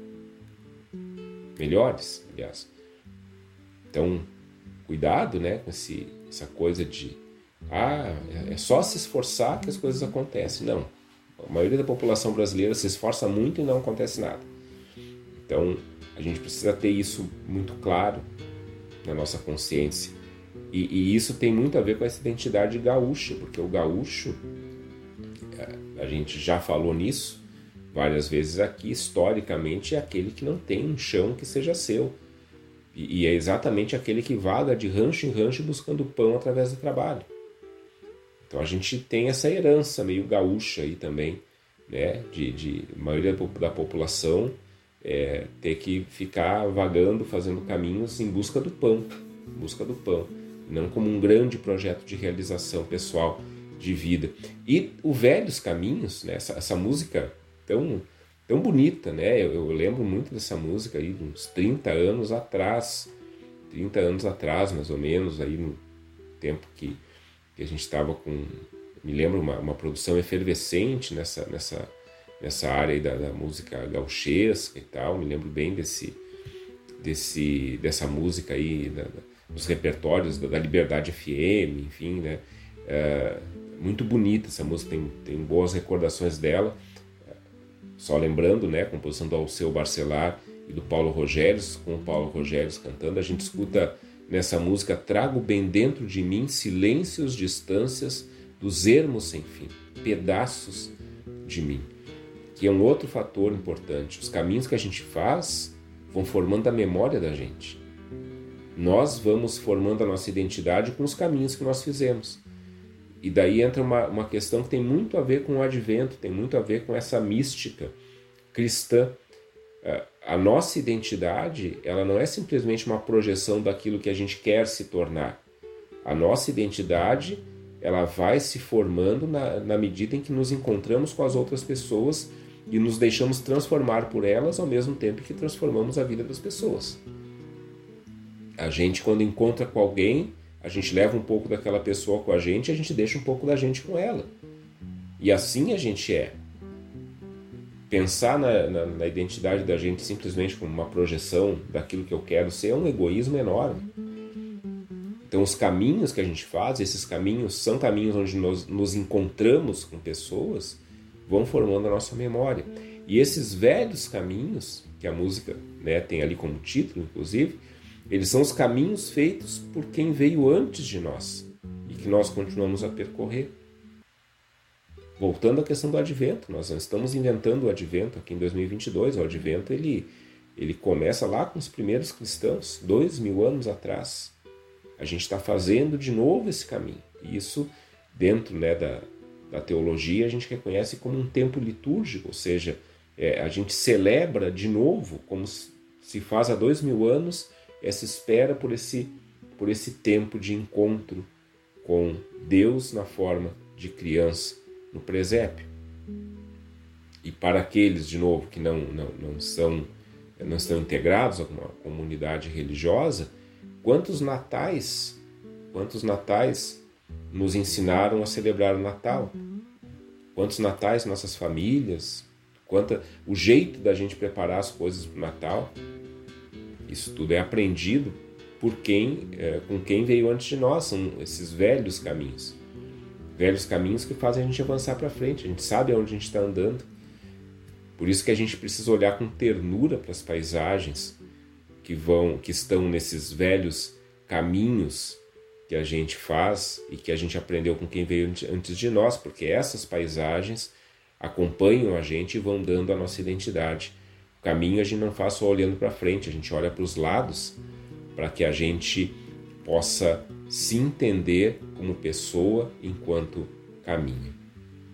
melhores, aliás. Então, cuidado, né, com esse, essa coisa de ah, é só se esforçar que as coisas acontecem. Não, a maioria da população brasileira se esforça muito e não acontece nada. Então, a gente precisa ter isso muito claro na nossa consciência. E, e isso tem muito a ver com essa identidade gaúcha, porque o gaúcho, a gente já falou nisso várias vezes aqui, historicamente é aquele que não tem um chão que seja seu. E, e é exatamente aquele que vaga de rancho em rancho buscando pão através do trabalho. Então a gente tem essa herança meio gaúcha aí também, né, de, de a maioria da população é, ter que ficar vagando, fazendo caminhos em busca do pão, em busca do pão, não como um grande projeto de realização pessoal de vida. E o Velhos Caminhos, né, essa, essa música tão, tão bonita, né, eu, eu lembro muito dessa música aí, uns trinta anos atrás, trinta anos atrás mais ou menos, aí no tempo que que a gente estava com, me lembro, uma, uma produção efervescente nessa, nessa, nessa área aí da, da música gauchesca e tal, me lembro bem desse, desse, dessa música aí, da, dos repertórios da, da Liberdade F M, enfim, né, é, muito bonita essa música, tem, tem boas recordações dela, só lembrando, né, a composição do Alceu Barcelar e do Paulo Rogérios, com o Paulo Rogérios cantando, a gente escuta nessa música: trago bem dentro de mim silêncios, distâncias dos ermos sem fim, pedaços de mim, que é um outro fator importante. Os caminhos que a gente faz vão formando a memória da gente. Nós vamos formando a nossa identidade com os caminhos que nós fizemos. E daí entra uma, uma questão que tem muito a ver com o advento, tem muito a ver com essa mística cristã. A nossa identidade, ela não é simplesmente uma projeção daquilo que a gente quer se tornar. A nossa identidade, ela vai se formando na, na medida em que nos encontramos com as outras pessoas e nos deixamos transformar por elas ao mesmo tempo que transformamos a vida das pessoas. A gente, quando encontra com alguém, a gente leva um pouco daquela pessoa com a gente e a gente deixa um pouco da gente com ela. E assim a gente é. Pensar na, na, na identidade da gente simplesmente como uma projeção daquilo que eu quero ser é um egoísmo enorme. Então os caminhos que a gente faz, esses caminhos são caminhos onde nós nos encontramos com pessoas, vão formando a nossa memória. E esses velhos caminhos, que a música, né, tem ali como título, inclusive, eles são os caminhos feitos por quem veio antes de nós e que nós continuamos a percorrer. Voltando à questão do advento, nós não estamos inventando o advento aqui em dois mil e vinte e dois. O advento ele, ele começa lá com os primeiros cristãos, dois mil anos atrás. A gente está fazendo de novo esse caminho. E isso, dentro, né, da, da teologia, a gente reconhece como um tempo litúrgico, ou seja, é, a gente celebra de novo, como se faz há dois mil anos, essa espera por esse, por esse tempo de encontro com Deus na forma de criança, no presépio. E para aqueles, de novo, que não, não, não, são, não estão integrados a uma comunidade religiosa, quantos natais, quantos natais nos ensinaram a celebrar o Natal? Quantos natais nossas famílias, quanta, o jeito da gente preparar as coisas para o Natal, isso tudo é aprendido por quem, é, com quem veio antes de nós, são esses velhos caminhos. Velhos caminhos que fazem a gente avançar para frente, a gente sabe aonde a gente está andando. Por isso que a gente precisa olhar com ternura para as paisagens que, vão, que estão nesses velhos caminhos que a gente faz e que a gente aprendeu com quem veio antes de nós, porque essas paisagens acompanham a gente e vão dando a nossa identidade. O caminho a gente não faz só olhando para frente, a gente olha para os lados para que a gente possa se entender como pessoa enquanto caminho.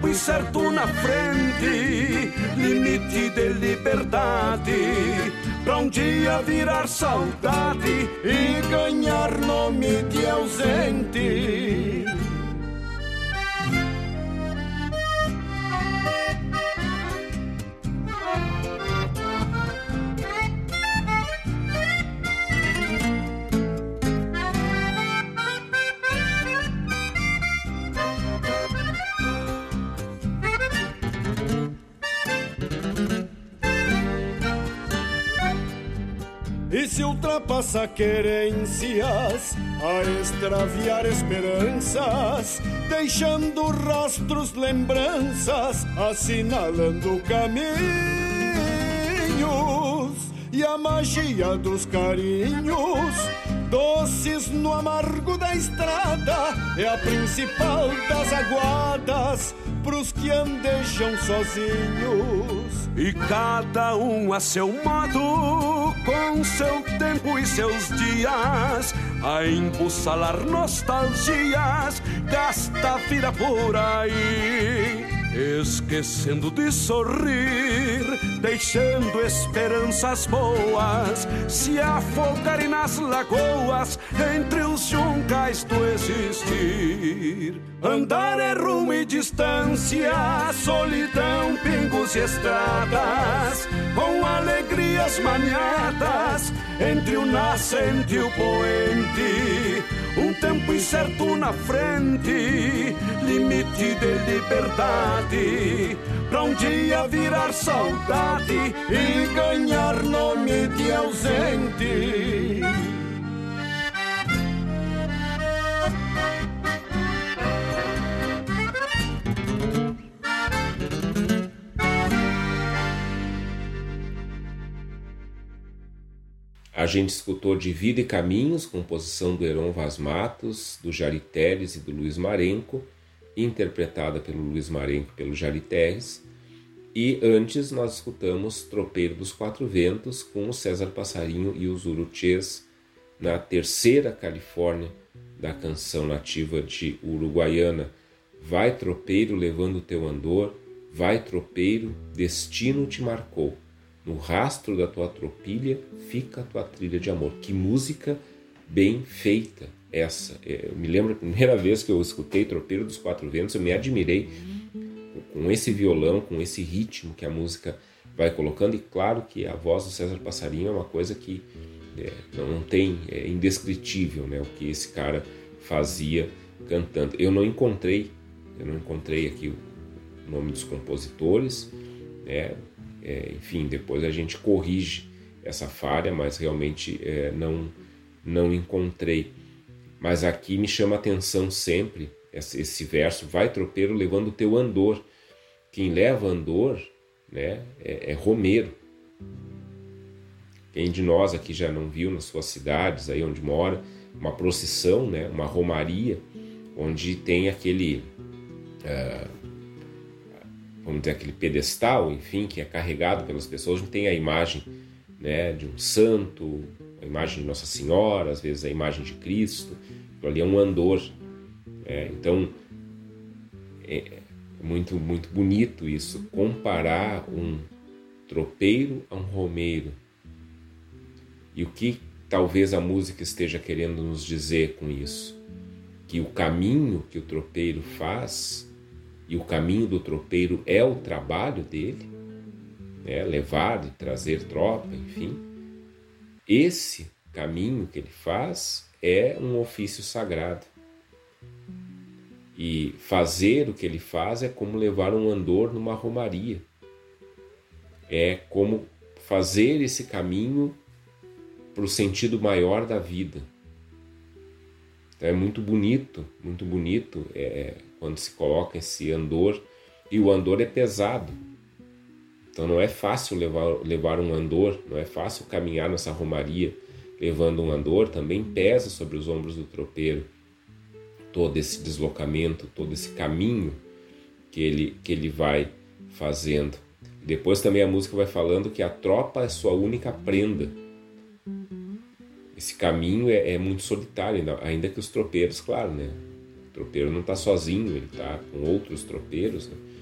tempo incerto na frente, limite de liberdade, pra um dia virar saudade e ganhar nome de ausente. E se ultrapassa querências a extraviar esperanças, deixando rastros, lembranças, assinalando caminhos. E a magia dos carinhos, doces no amargo da estrada, é a principal das aguadas pros que andejam sozinhos. E cada um a seu modo, com seu tempo e seus dias, a embussalar nostalgias, gasta a vida por aí, esquecendo de sorrir, deixando esperanças boas se afogarem nas lagoas, entre os juncais do existir. Andar é rumo e distância, solidão, pingos e estradas, com alegrias maniadas, entre o nascente e o poente. Um tempo incerto na frente, limite de liberdade, pra um dia virar saudade e ganhar nome de ausente. A gente escutou De Vida e Caminhos, composição do Heron Vaz Matos, do Jari Teres e do Luiz Marenco, interpretada pelo Luiz Marenco e pelo Jari Teres. E antes nós escutamos Tropeiro dos Quatro Ventos, com o César Passarinho e os Urutiês, na terceira Califórnia da canção nativa de Uruguaiana. Vai tropeiro levando teu andor, vai tropeiro, destino te marcou. No rastro da tua tropilha fica a tua trilha de amor. Que música bem feita essa. Eu me lembro a primeira vez que eu escutei Tropeiro dos Quatro Ventos, eu me admirei com esse violão, com esse ritmo que a música vai colocando. E claro que a voz do César Passarinho é uma coisa que é, não tem, é indescritível, né, o que esse cara fazia cantando. Eu não encontrei, eu não encontrei aqui o nome dos compositores, né? É, enfim, depois a gente corrige essa falha, mas realmente é, não, não encontrei. Mas aqui me chama a atenção sempre esse, esse verso, vai tropeiro levando o teu andor. Quem leva andor, né, é, é romeiro. Quem de nós aqui já não viu nas suas cidades, aí onde mora, uma procissão, né, uma romaria, onde tem aquele... Uh, vamos dizer, aquele pedestal, enfim, que é carregado pelas pessoas, onde tem a imagem, né, de um santo, a imagem de Nossa Senhora, às vezes a imagem de Cristo, ali é um andor. É, então, é muito, muito bonito isso, comparar um tropeiro a um romeiro. E o que talvez a música esteja querendo nos dizer com isso? Que o caminho que o tropeiro faz... E o caminho do tropeiro é o trabalho dele, né? Levar e trazer tropa, enfim. Esse caminho que ele faz é um ofício sagrado. E fazer o que ele faz é como levar um andor numa romaria. É como fazer esse caminho para o sentido maior da vida. Então é muito bonito, muito bonito é, quando se coloca esse andor, e o andor é pesado. Então não é fácil levar, levar um andor, não é fácil caminhar nessa romaria levando um andor, também pesa sobre os ombros do tropeiro todo esse deslocamento, todo esse caminho que ele, que ele vai fazendo. Depois também a música vai falando que a tropa é sua única prenda. Esse caminho é, é muito solitário, ainda que os tropeiros, claro, né? O tropeiro não está sozinho, ele está com outros tropeiros, né?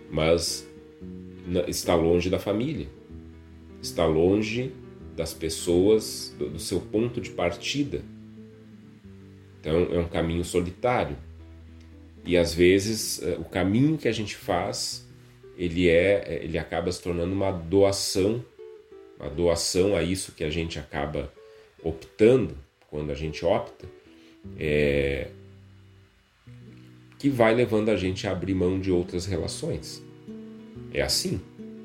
mas está longe da família, está longe das pessoas, do, do seu ponto de partida. Então é um caminho solitário. E às vezes o caminho que a gente faz, ele, é, ele acaba se tornando uma doação, uma doação a isso que a gente acaba optando, quando a gente opta, é, que vai levando a gente a abrir mão de outras relações. É assim.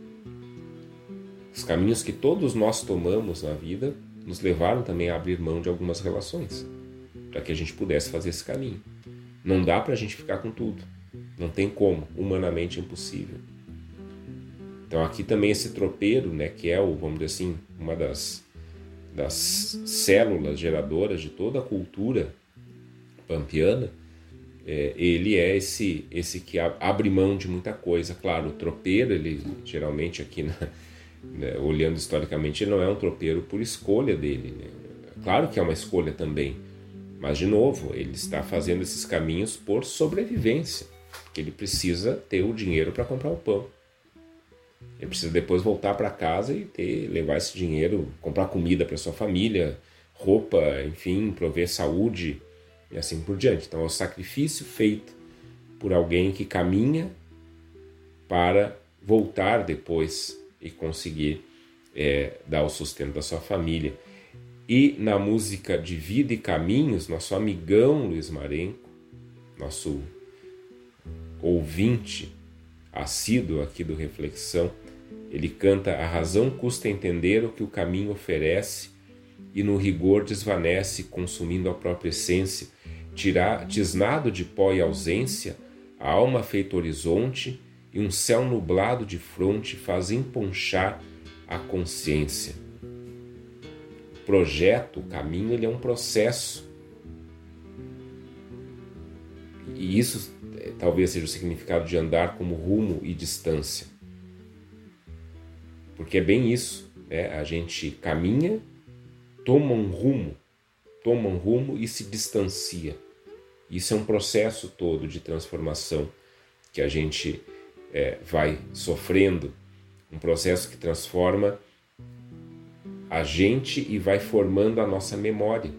Os caminhos que todos nós tomamos na vida nos levaram também a abrir mão de algumas relações, para que a gente pudesse fazer esse caminho. Não dá para a gente ficar com tudo. Não tem como, humanamente impossível. Então aqui também esse tropeiro, né, que é, o, vamos dizer assim, uma das, das células geradoras de toda a cultura pampiana, é, ele é esse, esse que abre mão de muita coisa. Claro, o tropeiro, ele geralmente aqui, na, né, olhando historicamente, ele não é um tropeiro por escolha dele, né? Claro que é uma escolha também, mas de novo, ele está fazendo esses caminhos por sobrevivência, porque ele precisa ter o dinheiro para comprar o pão. Ele precisa depois voltar para casa e ter, levar esse dinheiro, comprar comida para sua família, roupa, enfim, prover saúde e assim por diante. Então é o sacrifício feito por alguém que caminha para voltar depois e conseguir é, dar o sustento da sua família. E na música de Vida e Caminhos, nosso amigão Luiz Marenco, nosso ouvinte assíduo aqui do Reflexão, ele canta: a razão custa entender o que o caminho oferece e no rigor desvanece, consumindo a própria essência, tirar, tisnado de pó e ausência, a alma feita horizonte e um céu nublado de fronte faz emponchar a consciência. O projeto, o caminho, ele é um processo. E isso talvez seja o significado de andar como rumo e distância. Porque é bem isso, né? A gente caminha, toma um rumo, toma um rumo e se distancia. Isso é um processo todo de transformação que a gente é, vai sofrendo, um processo que transforma a gente e vai formando a nossa memória.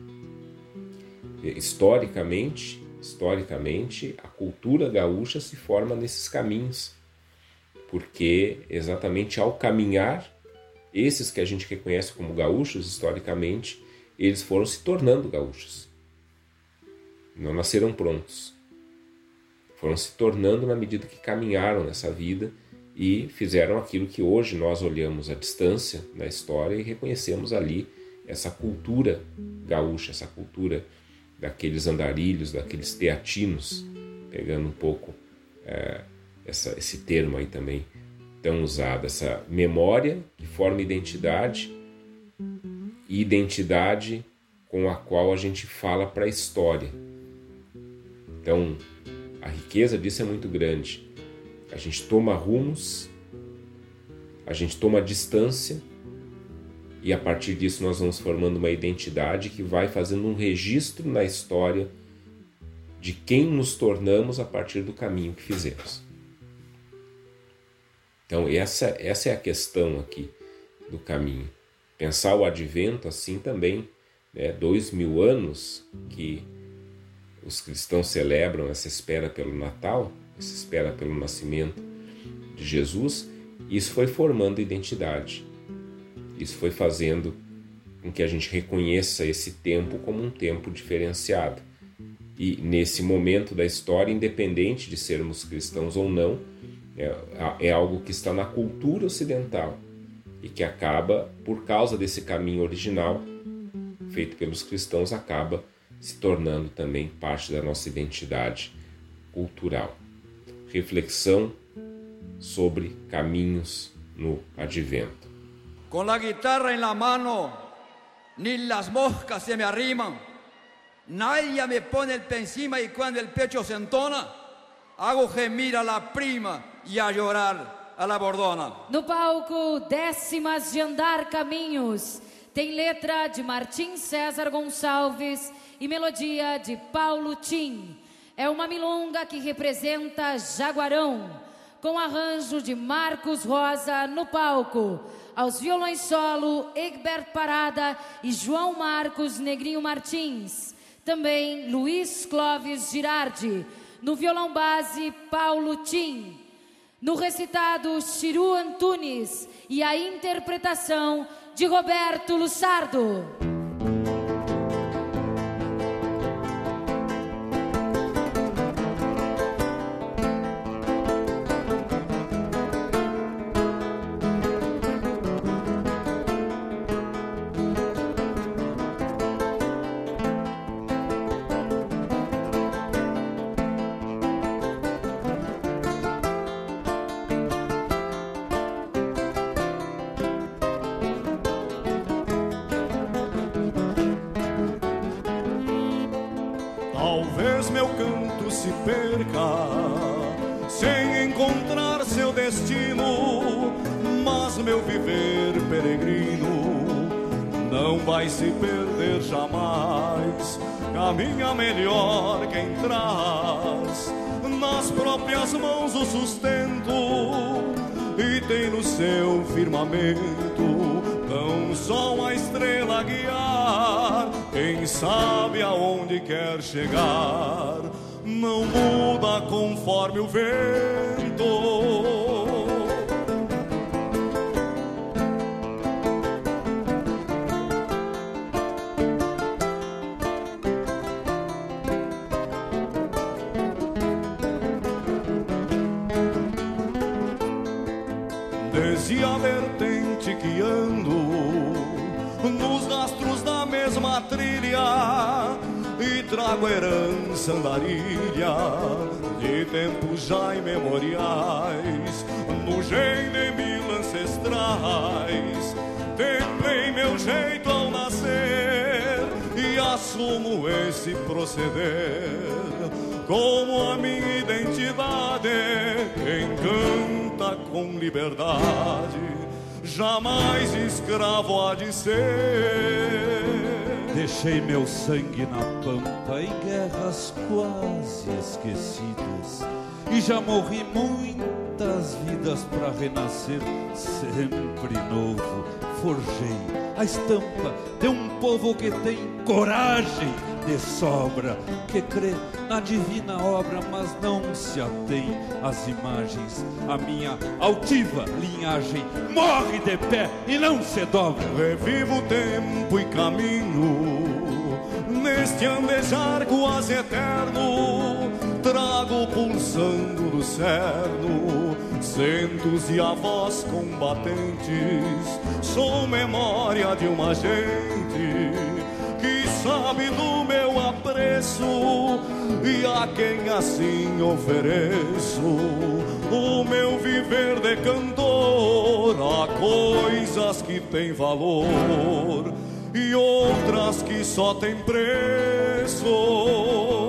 Historicamente, historicamente, a cultura gaúcha se forma nesses caminhos, porque exatamente ao caminhar, esses que a gente reconhece como gaúchos, historicamente, eles foram se tornando gaúchos. Não nasceram prontos. Foram se tornando na medida que caminharam nessa vida e fizeram aquilo que hoje nós olhamos à distância na história e reconhecemos ali essa cultura gaúcha, essa cultura daqueles andarilhos, daqueles teatinos, pegando um pouco é, essa, esse termo aí também tão usado, essa memória que forma identidade e identidade com a qual a gente fala para a história. Então, a riqueza disso é muito grande. A gente toma rumos, a gente toma distância e a partir disso nós vamos formando uma identidade que vai fazendo um registro na história de quem nos tornamos a partir do caminho que fizemos. Então essa, essa é a questão aqui do caminho. Pensar o advento assim também, né? Dois mil anos que os cristãos celebram essa espera pelo Natal, essa espera pelo nascimento de Jesus, isso foi formando identidade. Isso foi fazendo com que a gente reconheça esse tempo como um tempo diferenciado. E nesse momento da história, independente de sermos cristãos ou não, é, é algo que está na cultura ocidental e que acaba, por causa desse caminho original feito pelos cristãos, acaba se tornando também parte da nossa identidade cultural. Reflexão sobre caminhos no advento. Con la guitarra en la mano, ni las moscas se me arriman. Nadie me pone el pie encima y cuando el pecho se entona, hago gemir a la prima e a llorar a la bordona. No palco, Décimas de Andar Caminhos. Tem letra de Martim César Gonçalves e melodia de Paulo Tim. É uma milonga que representa Jaguarão, com arranjo de Marcos Rosa no palco. Aos violões solo, Egberto Parada e João Marcos Negrinho Martins. Também Luiz Clóvis Girardi. No violão base, Paulo Tim. No recitado, Chiru Antunes. E a interpretação de Roberto Lussardo. Talvez meu canto se perca sem encontrar seu destino, mas meu viver peregrino não vai se perder jamais. Caminha melhor quem traz nas próprias mãos o sustento e tem no seu firmamento não só uma estrela a guiar. Quem sabe aonde quer chegar não muda conforme o vento. Desde a vertente que ando nos rastros da mesma trilha e trago herança andarilha de tempos já imemoriais. No gene mil ancestrais templei meu jeito ao nascer e assumo esse proceder como a minha identidade. Quem canta com liberdade jamais escravo há de ser. Deixei meu sangue na pampa em guerras quase esquecidas e já morri muitas vidas para renascer sempre novo. Forjei a estampa de um povo que tem coragem de sobra, que crê na divina obra, mas não se atém às imagens. A minha altiva linhagem morre de pé e não se dobra. Revivo tempo e caminho neste andejar quase eterno. Trago pulsando do cerno centos de avós combatentes. Sou memória de uma gente que sabe do meu apreço e a quem assim ofereço o meu viver de cantor. Há coisas que têm valor e outras que só têm preço.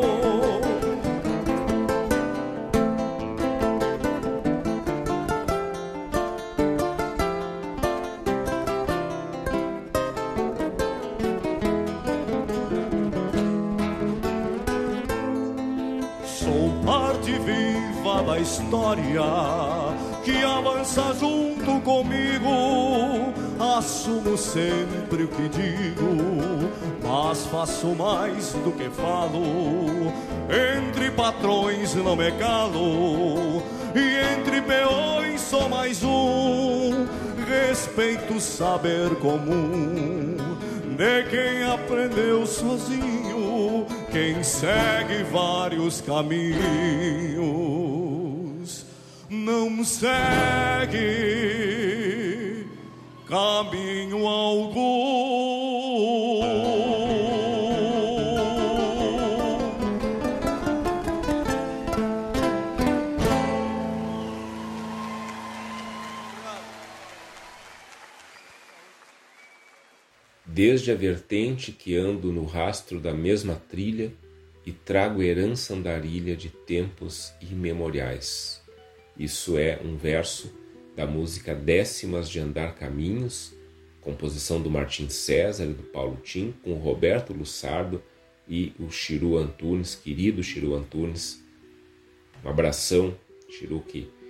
Da história que avança junto comigo, assumo sempre o que digo, mas faço mais do que falo. Entre patrões não me calo e entre peões sou mais um. Respeito o saber comum de quem aprendeu sozinho, quem segue vários caminhos não segue caminho algum. Desde a vertente que ando no rastro da mesma trilha e trago herança andarilha de tempos imemoriais. Isso é um verso da música Décimas de Andar Caminhos, composição do Martim César e do Paulo Tim, com o Roberto Lussardo e o Chiru Antunes, querido Chiru Antunes. Um abração, Chiru, que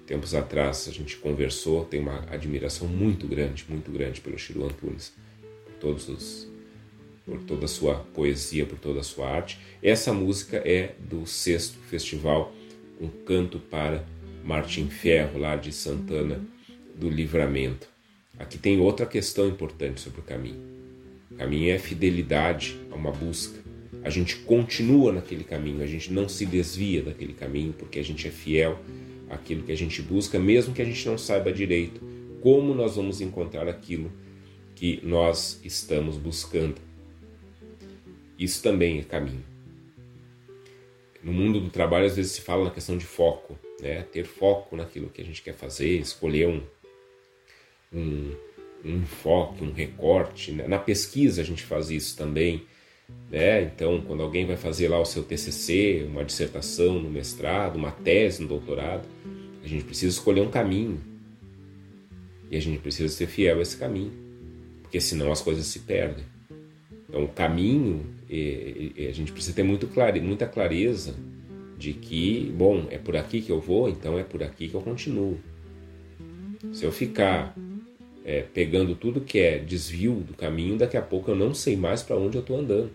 tempos atrás a gente conversou, tenho uma admiração muito grande, muito grande pelo Chiru Antunes, por todos os, por toda a sua poesia, por toda a sua arte. Essa música é do sexto festival Um Canto para Martim Ferro, lá de Santana do Livramento. Aqui tem outra questão importante sobre o caminho. O caminho é fidelidade a uma busca. A gente continua naquele caminho, a gente não se desvia daquele caminho, porque a gente é fiel àquilo que a gente busca, mesmo que a gente não saiba direito como nós vamos encontrar aquilo que nós estamos buscando. Isso também é caminho. No mundo do trabalho, às vezes se fala na questão de foco, né? Ter foco naquilo que a gente quer fazer, escolher um, um, um enfoque, um recorte. Né? Na pesquisa a gente faz isso também. Né? Então, quando alguém vai fazer lá o seu T C C, uma dissertação no mestrado, uma tese no doutorado, a gente precisa escolher um caminho. E a gente precisa ser fiel a esse caminho, porque senão as coisas se perdem. Então, o caminho, a gente precisa ter muito clare, muita clareza de que, bom, é por aqui que eu vou, então é por aqui que eu continuo. Se eu ficar é, pegando tudo que é desvio do caminho, daqui a pouco eu não sei mais para onde eu estou andando.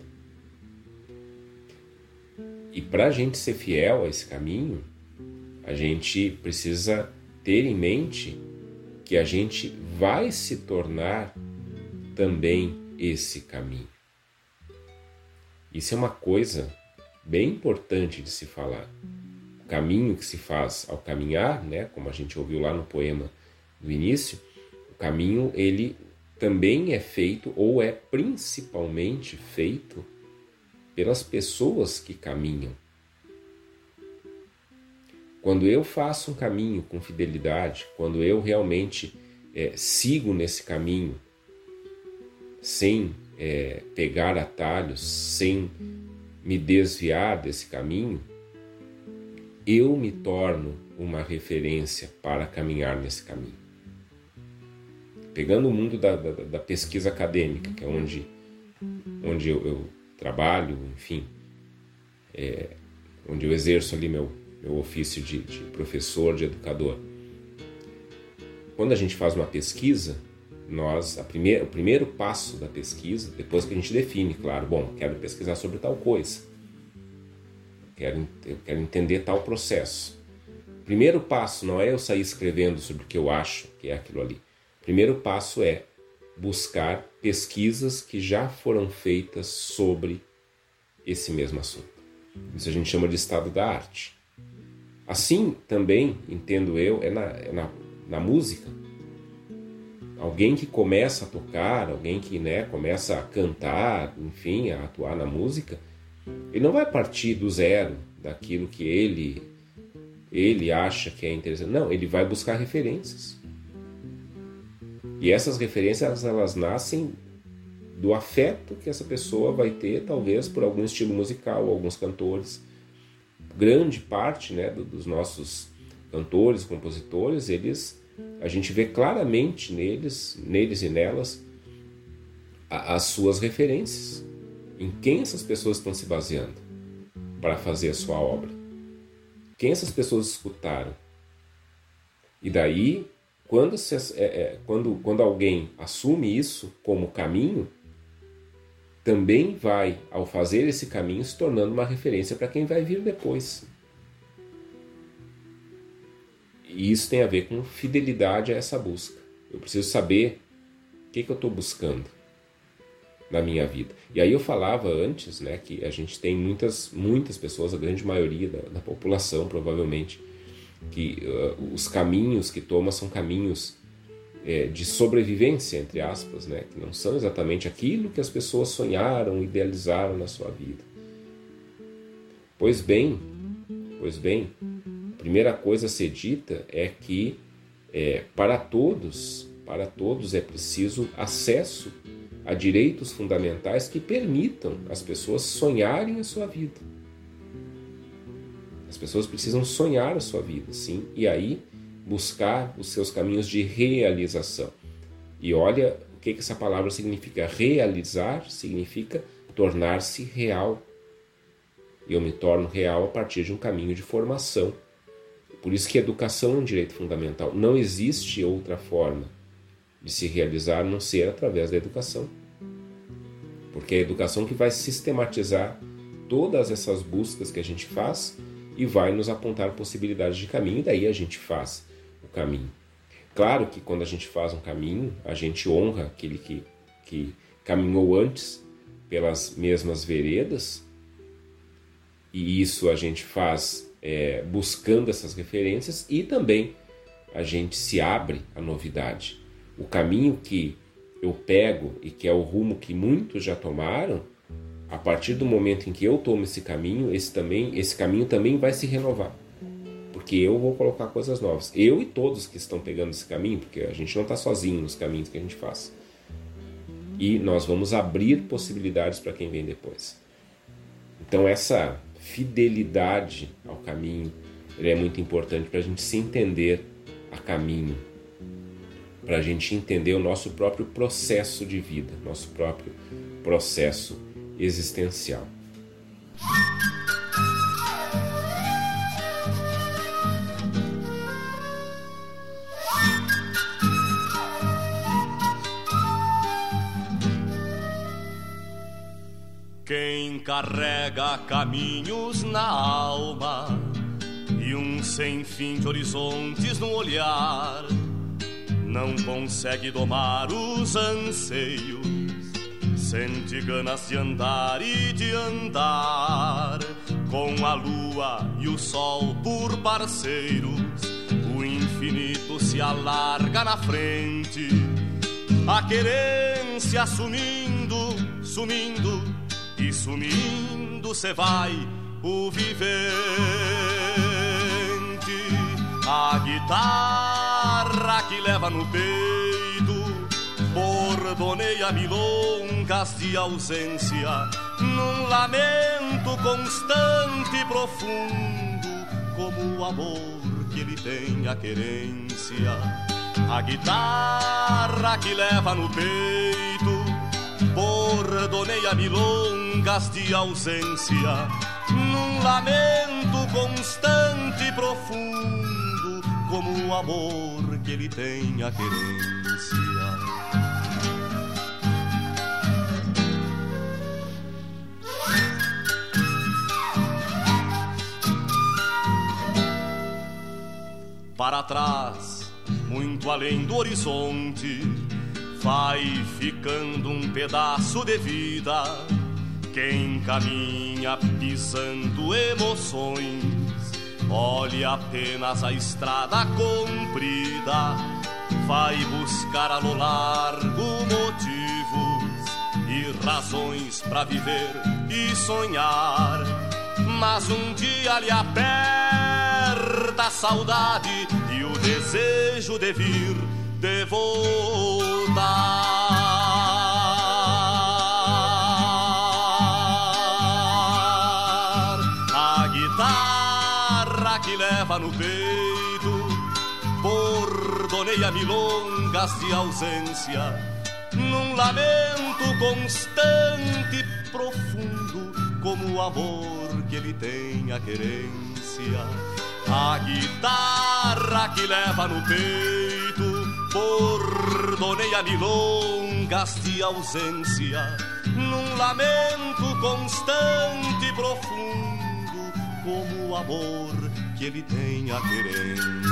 E para a gente ser fiel a esse caminho, a gente precisa ter em mente que a gente vai se tornar também esse caminho. Isso é uma coisa bem importante de se falar. O caminho que se faz ao caminhar, né, como a gente ouviu lá no poema do início, o caminho ele também é feito, ou é principalmente feito, pelas pessoas que caminham. Quando eu faço um caminho com fidelidade, quando eu realmente é, sigo nesse caminho, sem é, pegar atalhos, sem me desviar desse caminho, eu me torno uma referência para caminhar nesse caminho. Pegando o mundo da, da, da pesquisa acadêmica, que é onde, onde eu, eu trabalho, enfim, é, onde eu exerço ali meu, meu ofício de, de professor, de educador. Quando a gente faz uma pesquisa, nós, a primeira, o primeiro passo da pesquisa, depois que a gente define, claro, bom, quero pesquisar sobre tal coisa, quero, eu quero entender tal processo. O primeiro passo não é eu sair escrevendo sobre o que eu acho que é aquilo ali. O primeiro passo é buscar pesquisas que já foram feitas sobre esse mesmo assunto. Isso a gente chama de estado da arte. Assim também, entendo eu, é na, é na, na música. Alguém que começa a tocar, alguém que né, começa a cantar, enfim, a atuar na música, ele não vai partir do zero, daquilo que ele, ele acha que é interessante. Não, ele vai buscar referências. E essas referências, elas nascem do afeto que essa pessoa vai ter, talvez, por algum estilo musical, alguns cantores. Grande parte né, dos nossos cantores, compositores, eles... a gente vê claramente neles, neles e nelas as suas referências, em quem essas pessoas estão se baseando para fazer a sua obra, quem essas pessoas escutaram. E daí, quando, se, é, é, quando, quando alguém assume isso como caminho, também vai, ao fazer esse caminho, se tornando uma referência para quem vai vir depois. E isso tem a ver com fidelidade a essa busca. Eu preciso saber o que, que eu estou buscando na minha vida. E aí eu falava antes, né, que a gente tem muitas, muitas pessoas, a grande maioria da, da população, provavelmente, que uh, os caminhos que toma são caminhos é, de sobrevivência, entre aspas, né, que não são exatamente aquilo que as pessoas sonharam, idealizaram na sua vida. Pois bem, pois bem, a primeira coisa a ser dita é que é, para todos, para todos é preciso acesso a direitos fundamentais que permitam as pessoas sonharem a sua vida. As pessoas precisam sonhar a sua vida, sim, e aí buscar os seus caminhos de realização. E olha o que, que essa palavra significa. Realizar significa tornar-se real. E eu me torno real a partir de um caminho de formação. Por isso que a educação é um direito fundamental. Não existe outra forma de se realizar a não ser através da educação. Porque é a educação que vai sistematizar todas essas buscas que a gente faz e vai nos apontar possibilidades de caminho, e daí a gente faz o caminho. Claro que quando a gente faz um caminho, a gente honra aquele que, que caminhou antes pelas mesmas veredas, e isso a gente faz é, buscando essas referências, e também a gente se abre à novidade. O caminho que eu pego e que é o rumo que muitos já tomaram, a partir do momento em que eu tomo esse caminho, esse, também, esse caminho também vai se renovar. Porque eu vou colocar coisas novas. Eu e todos que estão pegando esse caminho, porque a gente não está sozinho nos caminhos que a gente faz. E nós vamos abrir possibilidades para quem vem depois. Então essa fidelidade ao caminho é muito importante para a gente se entender a caminho, para a gente entender o nosso próprio processo de vida, nosso próprio processo existencial. Quem carrega caminhos na alma e um sem fim de horizontes no olhar, não consegue domar os anseios, sente ganas de andar e de andar, com a lua e o sol por parceiros, o infinito se alarga na frente, a querência sumindo, sumindo, e sumindo cê vai o vivente. A guitarra que leva no peito bordoneia milongas de ausência, num lamento constante e profundo, como o amor que ele tem a querência. A guitarra que leva no peito bordoneia milongas de ausência, num lamento constante e profundo, como o amor que ele tem a querência. Para trás, muito além do horizonte, vai ficando um pedaço de vida. Quem caminha pisando emoções, olhe apenas a estrada comprida, vai buscar a lo largo motivos e razões para viver e sonhar. Mas um dia lhe aperta a saudade e o desejo de vir de voltar. A guitarra que leva no peito bordoneia milongas de ausência, num lamento constante e profundo, como o amor que ele tem a querência. A guitarra que leva no peito bordoneia milongas de ausência, num lamento constante e profundo, como o amor que ele tem a querência.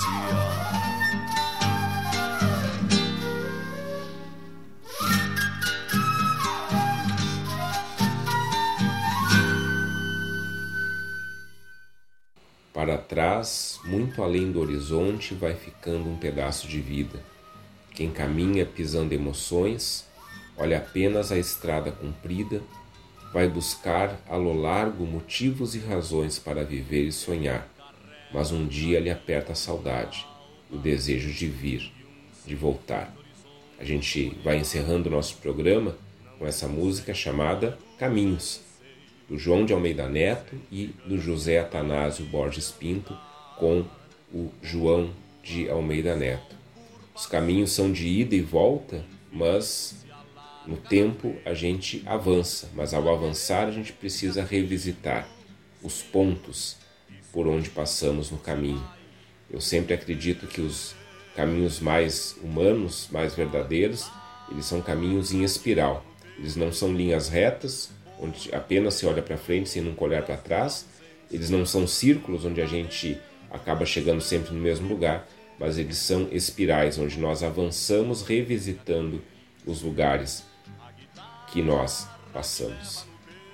Para trás, muito além do horizonte, vai ficando um pedaço de vida. Quem caminha pisando emoções, olha apenas a estrada comprida, vai buscar a lo largo motivos e razões para viver e sonhar, mas um dia lhe aperta a saudade, o desejo de vir, de voltar. A gente vai encerrando o nosso programa com essa música chamada Caminhos, do João de Almeida Neto e do José Atanásio Borges Pinto, com o João de Almeida Neto. Os caminhos são de ida e volta, mas no tempo a gente avança, mas ao avançar a gente precisa revisitar os pontos por onde passamos no caminho, Eu sempre acredito que os caminhos mais humanos, mais verdadeiros, eles são caminhos em espiral. Eles não são linhas retas, onde apenas se olha para frente sem nunca olhar para trás. Eles não são círculos, onde a gente acaba chegando sempre no mesmo lugar, mas eles são espirais, onde nós avançamos revisitando os lugares que nós passamos.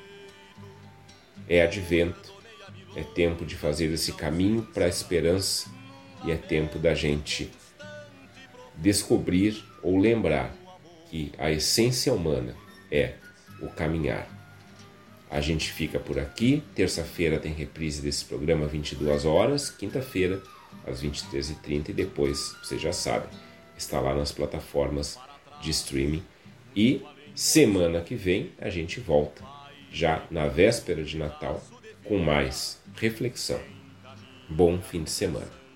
É advento, é tempo de fazer esse caminho para a esperança e é tempo da gente descobrir ou lembrar que a essência humana é o caminhar. A gente fica por aqui. Terça-feira tem reprise desse programa às vinte e duas horas, quinta-feira às vinte e três e trinta e depois, vocês já sabem, está lá nas plataformas de streaming. E semana que vem a gente volta, já na véspera de Natal, com mais reflexão. Bom fim de semana.